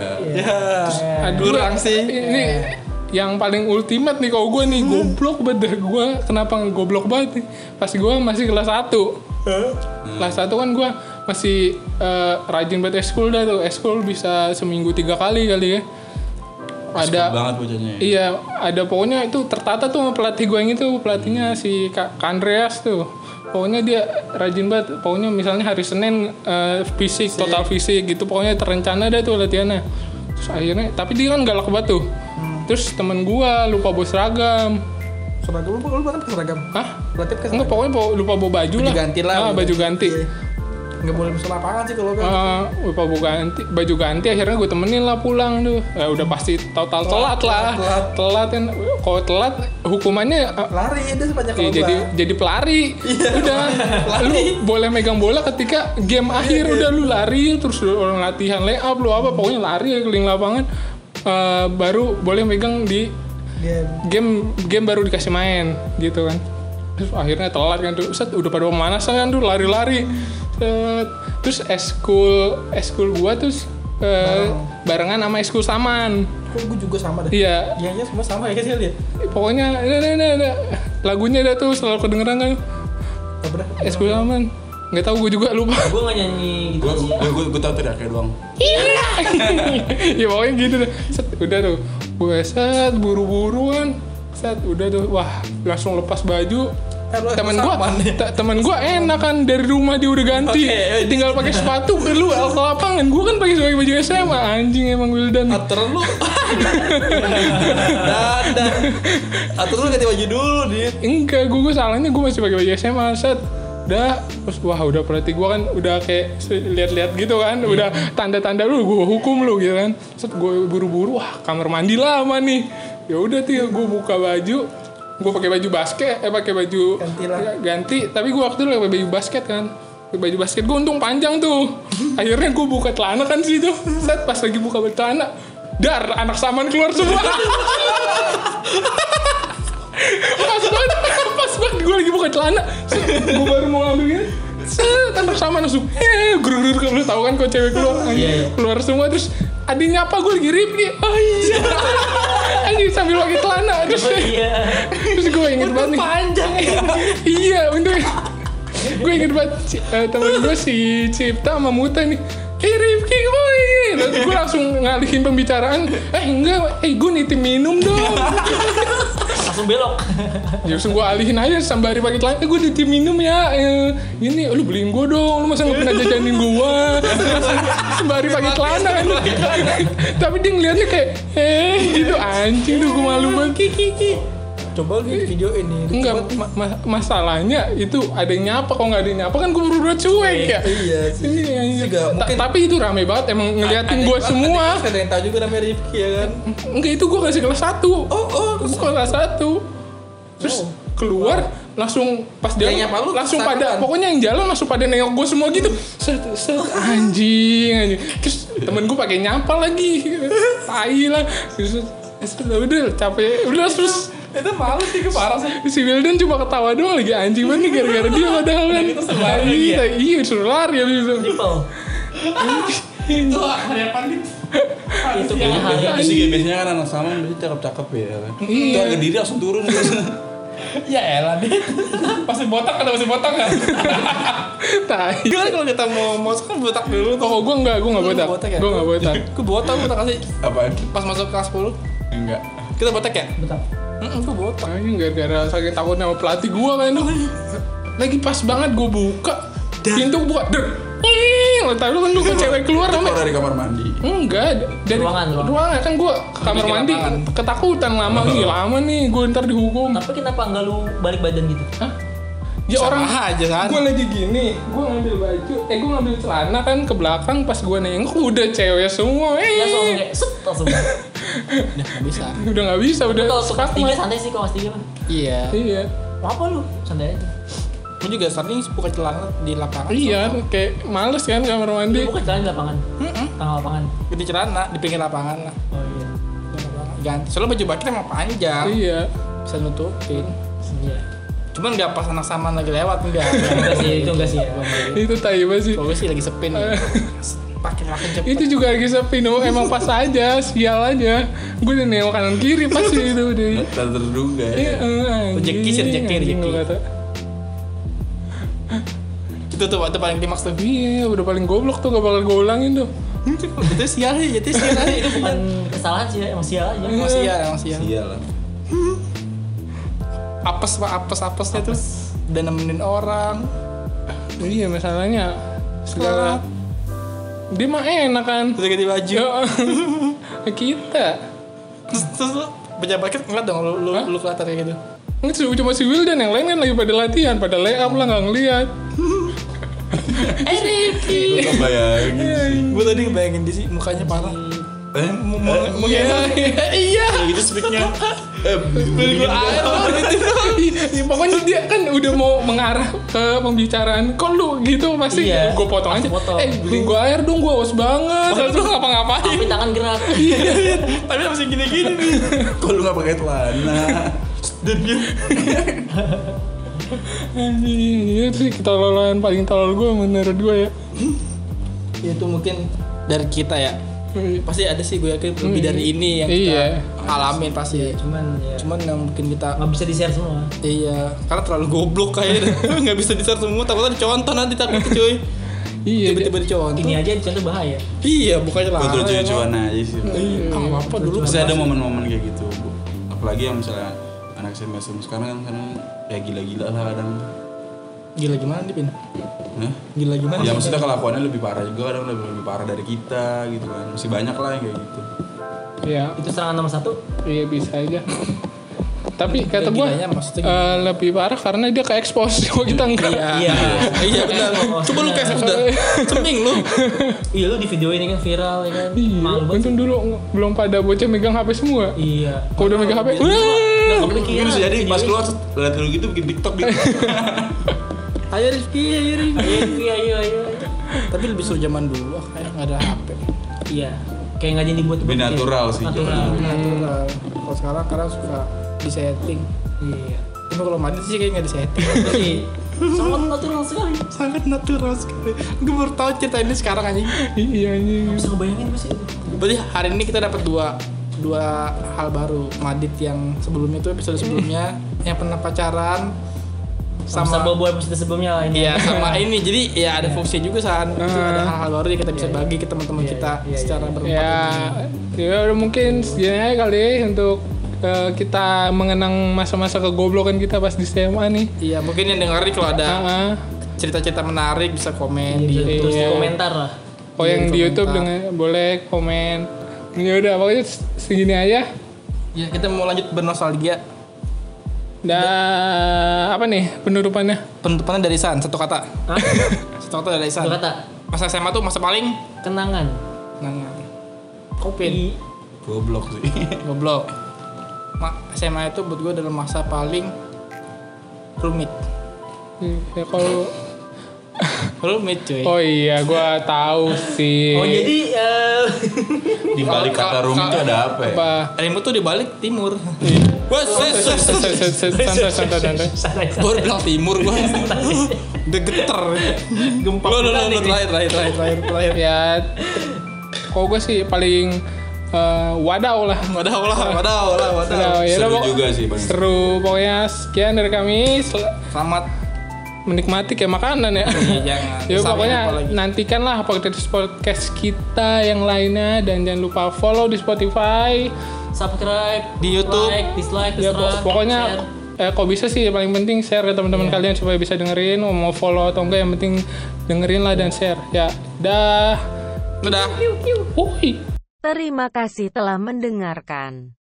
Kurang sih. Ini yang paling ultimate nih kalau gue nih goblok banget. Gue kenapa goblok banget nih? Pas gue masih kelas 1. Kelas 1 kan gue masih rajin banget eskul dah tuh. Eskul bisa seminggu 3 kali ya. Ada banget bocahnya. Iya, ada pokoknya itu tertata tuh sama pelatih gue yang itu, pelatihnya si Kak Andreas tuh. Pokoknya dia rajin banget. Pokoknya misalnya hari Senin fisik, total fisik gitu. Pokoknya terencana dah tuh latihannya. Terus akhirnya, tapi dia kan galak banget tuh. Terus temen gue lupa bawa seragam. Seragam lu bahkan pakai seragam. Hah? Berarti pakai Enggak, pokoknya lupa bawa baju lah. ganti lah. Baju ganti. Enggak boleh masuk lapangan sih kalau kan. Lupa baju ganti akhirnya gue temenin lah pulang tuh. Udah pasti total telat lah. Telat kan. Kalau telat hukumannya Lari itu sepanjang kalau jadi pelari. Udah lu boleh megang bola ketika game akhir. Udah lu lari terus orang latihan lay up lu apa pokoknya lari keliling lapangan. Baru boleh megang di game baru dikasih main gitu kan. Terus akhirnya telat kan tuh. Udah pada pemanasan kan tuh lari-lari. Terus eskul gua terus barengan sama eskul Saman. Kok gue juga sama deh. Iya. Iya semua sama ya sih lihat. Pokoknya ada lagunya ada tuh selalu kedengeran kan. Apa dah? Eskul Saman. Nggak tahu gue juga lupa. Gue nggak nyanyi gitu sih. Gue tahu teriaknya doang. Ya pokoknya gitu deh. Udah tuh Gue set buru-buruan, set udah tuh, wah langsung lepas baju. Temen gue enak kan dari rumah dia udah ganti, tinggal pakai sepatu. Lu ke lapangan, gue kan pakai baju SMA. Anjing emang Wildan. Atur lu. Atur lu ganti baju dulu, Dit. Enggak, gue salahnya gue masih pakai baju SMA. Set udah, terus wah udah berarti gue kan udah kayak lihat-lihat gitu kan, udah tanda-tanda lu gue hukum lu gitu kan. Set gue buru-buru, wah kamar mandi lama nih. Ya udah tuh gue buka baju, gue pakai baju basket, pakai baju ganti. Tapi gue waktu itu pakai baju basket kan, baju basket gue untung panjang tuh. Akhirnya gue buka celana kan situ. Set pas lagi buka celana, dar anak saman keluar semua. Pas banget gue lagi buka celana, gue baru mau ngambil gini, anak sama langsung gerur-gerur. Lu tau kan kok cewek keluar, keluar semua. Terus adiknya apa, gue lagi Rifki. Oh iya, anjing sambil pakai celana. Terus gue inget banget nih, Panjang ya. iya untuk gue inget banget temen gue si Cipta sama Muta nih. Rifki boy, terus gue langsung ngalihin pembicaraan. Enggak, gue nitip minum dong. Langsung belok. Langsung gue alihin aja sembari pakai celana. Gue nitip minum ya. Ini lu beliin gue dong. Lu masa nggak pernah jajanin gue? Sembari pakai celana kan. Tapi dia ngeliatnya kayak gitu anjing tuh, gue malu banget. Coba lihat video ini. Enggak, masalahnya itu ada yang nyapa. Kalau nggak ada yang nyapa kan gue buru-buru cuek ya. Iya sih. Tapi itu rame banget emang ngeliatin gue semua. Ada yang tahu juga namanya Rifki ya kan. Enggak, itu gue kasih kelas 1. Gue kelas 1. Terus keluar langsung pas dia nyapa lu, langsung pada kan? Pokoknya yang jalan langsung pada nengok gue semua gitu. Set anjing. Terus temen gue pakai nyapa lagi. Tai lah. Terus udah capek. Udah terus Itu malu sih, parah sih. si Wildan cuma ketawa doang lagi, anjing banget nih gara-gara dia padahal kan. Iya, suruh lari ya bisa. Triple. Itu hari apa nih? Itu kayaknya hari Sih biasanya kan anak sama biasanya cakep-cakep ya kan. Itu harga diri langsung turun. Ya elah, Dit. Masih botak kan? Tai. Kan kalau kita mau masuk kan botak dulu. Oh, gue enggak botak. Ya? Gue enggak botak. Gue botak kasih. Apaan? Pas masuk kelas 10. Enggak. Kita botak ya? Betul. Gue botak. Anjing gara-gara saking takutnya sama pelatih gue kan. Lagi pas banget gue buka pintu buka. Tahu lu kan lu kan cewek keluar Keluar dari kamar mandi. Enggak, dari ruangan kan gue ke kamar mandi ketakutan lama nih gue ntar dihukum. Tapi kenapa enggak lu balik badan gitu? Hah? Ya Sama orang aja kan. gue lagi gini, gue ngambil baju, gue ngambil celana kan ke belakang, pas gue nengok udah cewek semua. Ya langsung kayak set langsung. Udah gak bisa. Udah nggak bisa, udah Kalau kelas 3 skakmat. santai sih, kalau kelas 3 mah. Iya. Mau apa lu? Santai aja. Gue juga sering buka celana di lapangan. Iya, kayak males kan kamar mandi. Lu bukan jalan di lapangan. Tengah lapangan. Ganti celana di pinggir lapangan lah. Oh iya. Ganti. Soalnya baju basket emang panjang. Iya. Bisa nutupin. Iya. Cuman nggak pas anak saman lagi lewat enggak. Itu enggak sih ya. Itu tai banget sih. Kalau gue sih lagi sepi nih. Pakai cepet. Itu juga lagi sepi, no. Emang pas aja, sial aja. Gue udah nengok kanan kiri pasti itu udah. Tak terduga ya. Rezeki sih, rezeki. Itu tuh waktu paling klimaks tuh. Iya, udah paling goblok tuh, gak bakal gue ulangin tuh. Itu sial sih, itu Bukan kesalahan sih ya, emang sial aja. Emang sial. Sial lah. Apesnya tuh udah nemenin orang. Iya, masalahnya segala dia mah enak kan. Terus ganti baju. Kita Terus lu pejabat ngeliat dong lu kelihatan kayak gitu. nggak cuma si Wildan, yang lain kan lagi pada latihan, pada lay up lah, nggak ngeliat. Rifki. Gue bayangin. Gue tadi bayangin di sini mukanya parah. Iya. Gitu speaknya. Beli gue air Ya, pokoknya dia kan udah mau mengarah ke pembicaraan. Kok lu gitu pasti Iya, gue potong aja. langsung potong. Beli gue air dong, gue haus banget. Terus ngapa-ngapain? Tapi tangan gerak. Tapi masih gini-gini nih. Kok lu gak pakai celana? Dan dia Iya sih, ketololan paling tolol gue menurut gue ya. itu mungkin dari kita ya. Pasti ada sih, gue yakin lebih dari ini yang Iya. kita alamin pasti. Cuman yang mungkin kita nggak bisa di-share semua. iya, karena terlalu goblok kayaknya. Nggak bisa di-share semua, takutnya dicontoh nanti takut cuy. Iya. tiba-tiba dicontoh. Ini aja contoh bahaya. Iya, bukannya Foto larang. lucu-lucuan aja sih. Ah, nggak apa dulu. Pasti ada momen-momen kayak gitu. Apalagi yang misalnya anak SMA sekarang kan kadang ya gila-gila lah kadang. Gila gimana nih, Pin? Hah? Gila gimana? Ya maksudnya kelakuannya lebih parah juga, kadang lebih parah dari kita gitu kan. Masih banyak lah yang kayak gitu. Iya. Itu serangan nomor 1. Iya bisa aja. Tapi kata gue Gilanya maksudnya lebih parah karena dia ke-expose. Kalau kita enggak. Iya. Iya benar. Coba lu kayak sudah ceming lu. Iya lu di video ini kan viral ya kan. Malu banget. Untung dulu belum pada bocah megang HP semua. Iya. Kalau udah megang HP, Mungkin bisa jadi pas keluar lihat lu gitu bikin TikTok gitu. Ayo Rizky, ayo Rizky. Ayo. Tapi lebih seru zaman dulu, kayak nggak ada HP. Iya. Kayak nggak jadi dibuat. Lebih natural sih. Natural. Natural. Kalau sekarang kadang suka disetting. Iya. Cuma kalau mandi sih kayak nggak disetting. Jadi sangat natural sekali. Sangat natural sekali. Gue baru tahu cerita ini sekarang anjing. Iya anjing. Bisa ngebayangin gue sih. Berarti hari ini kita dapat dua hal baru. Madit yang sebelumnya itu episode sebelumnya yang pernah pacaran Sama boy episode sebelumnya lah ini. Iya sama ini, jadi ya ada fungsi juga San. Itu ada hal-hal baru yang kita bisa bagi ke teman-teman kita secara berempat. Ya udah mungkin segini aja kali ya untuk kita mengenang masa-masa kegoblokan kita pas di SMA nih. Iya mungkin yang dengerin kalau ada cerita-cerita menarik bisa komen di Terus di Iya. komentar lah. Oh yang di YouTube boleh komen. Ya udah pokoknya segini aja. Ya kita mau lanjut bernostalgia. Apa nih penutupannya? Penutupannya dari San, satu kata. Hah? Satu kata dari San. Satu kata. Masa SMA tuh masa paling Kenangan. Kopin. Goblok sih. Goblok. SMA itu buat gue adalah masa paling rumit. Ya kalau Rumit cuy. oh iya gua tahu sih. Oh jadi Di balik kata rumit itu ada apa ya? apa? Remut tuh dibalik timur. Wah, Santai. Baru bilang timur gua. Udah geter. gempa Lo vulkanik nih. terakhir. Ya kok gue sih paling wadaw lah. Wadah. Ya Seru udah, juga sih Bang. seru pokoknya sekian dari kami. Selamat Menikmati kayak makanan ya. jangan. Ya Sampai pokoknya jumpa lagi. nantikanlah podcast kita yang lainnya dan jangan lupa follow di Spotify. Subscribe Di YouTube. like, dislike, Ya terserah. pokoknya share. kok bisa sih paling penting share ke teman-teman kalian supaya bisa dengerin. Mau follow atau enggak yang penting dengerin lah dan share. Ya, dah. Udah. Woi. Terima kasih telah mendengarkan.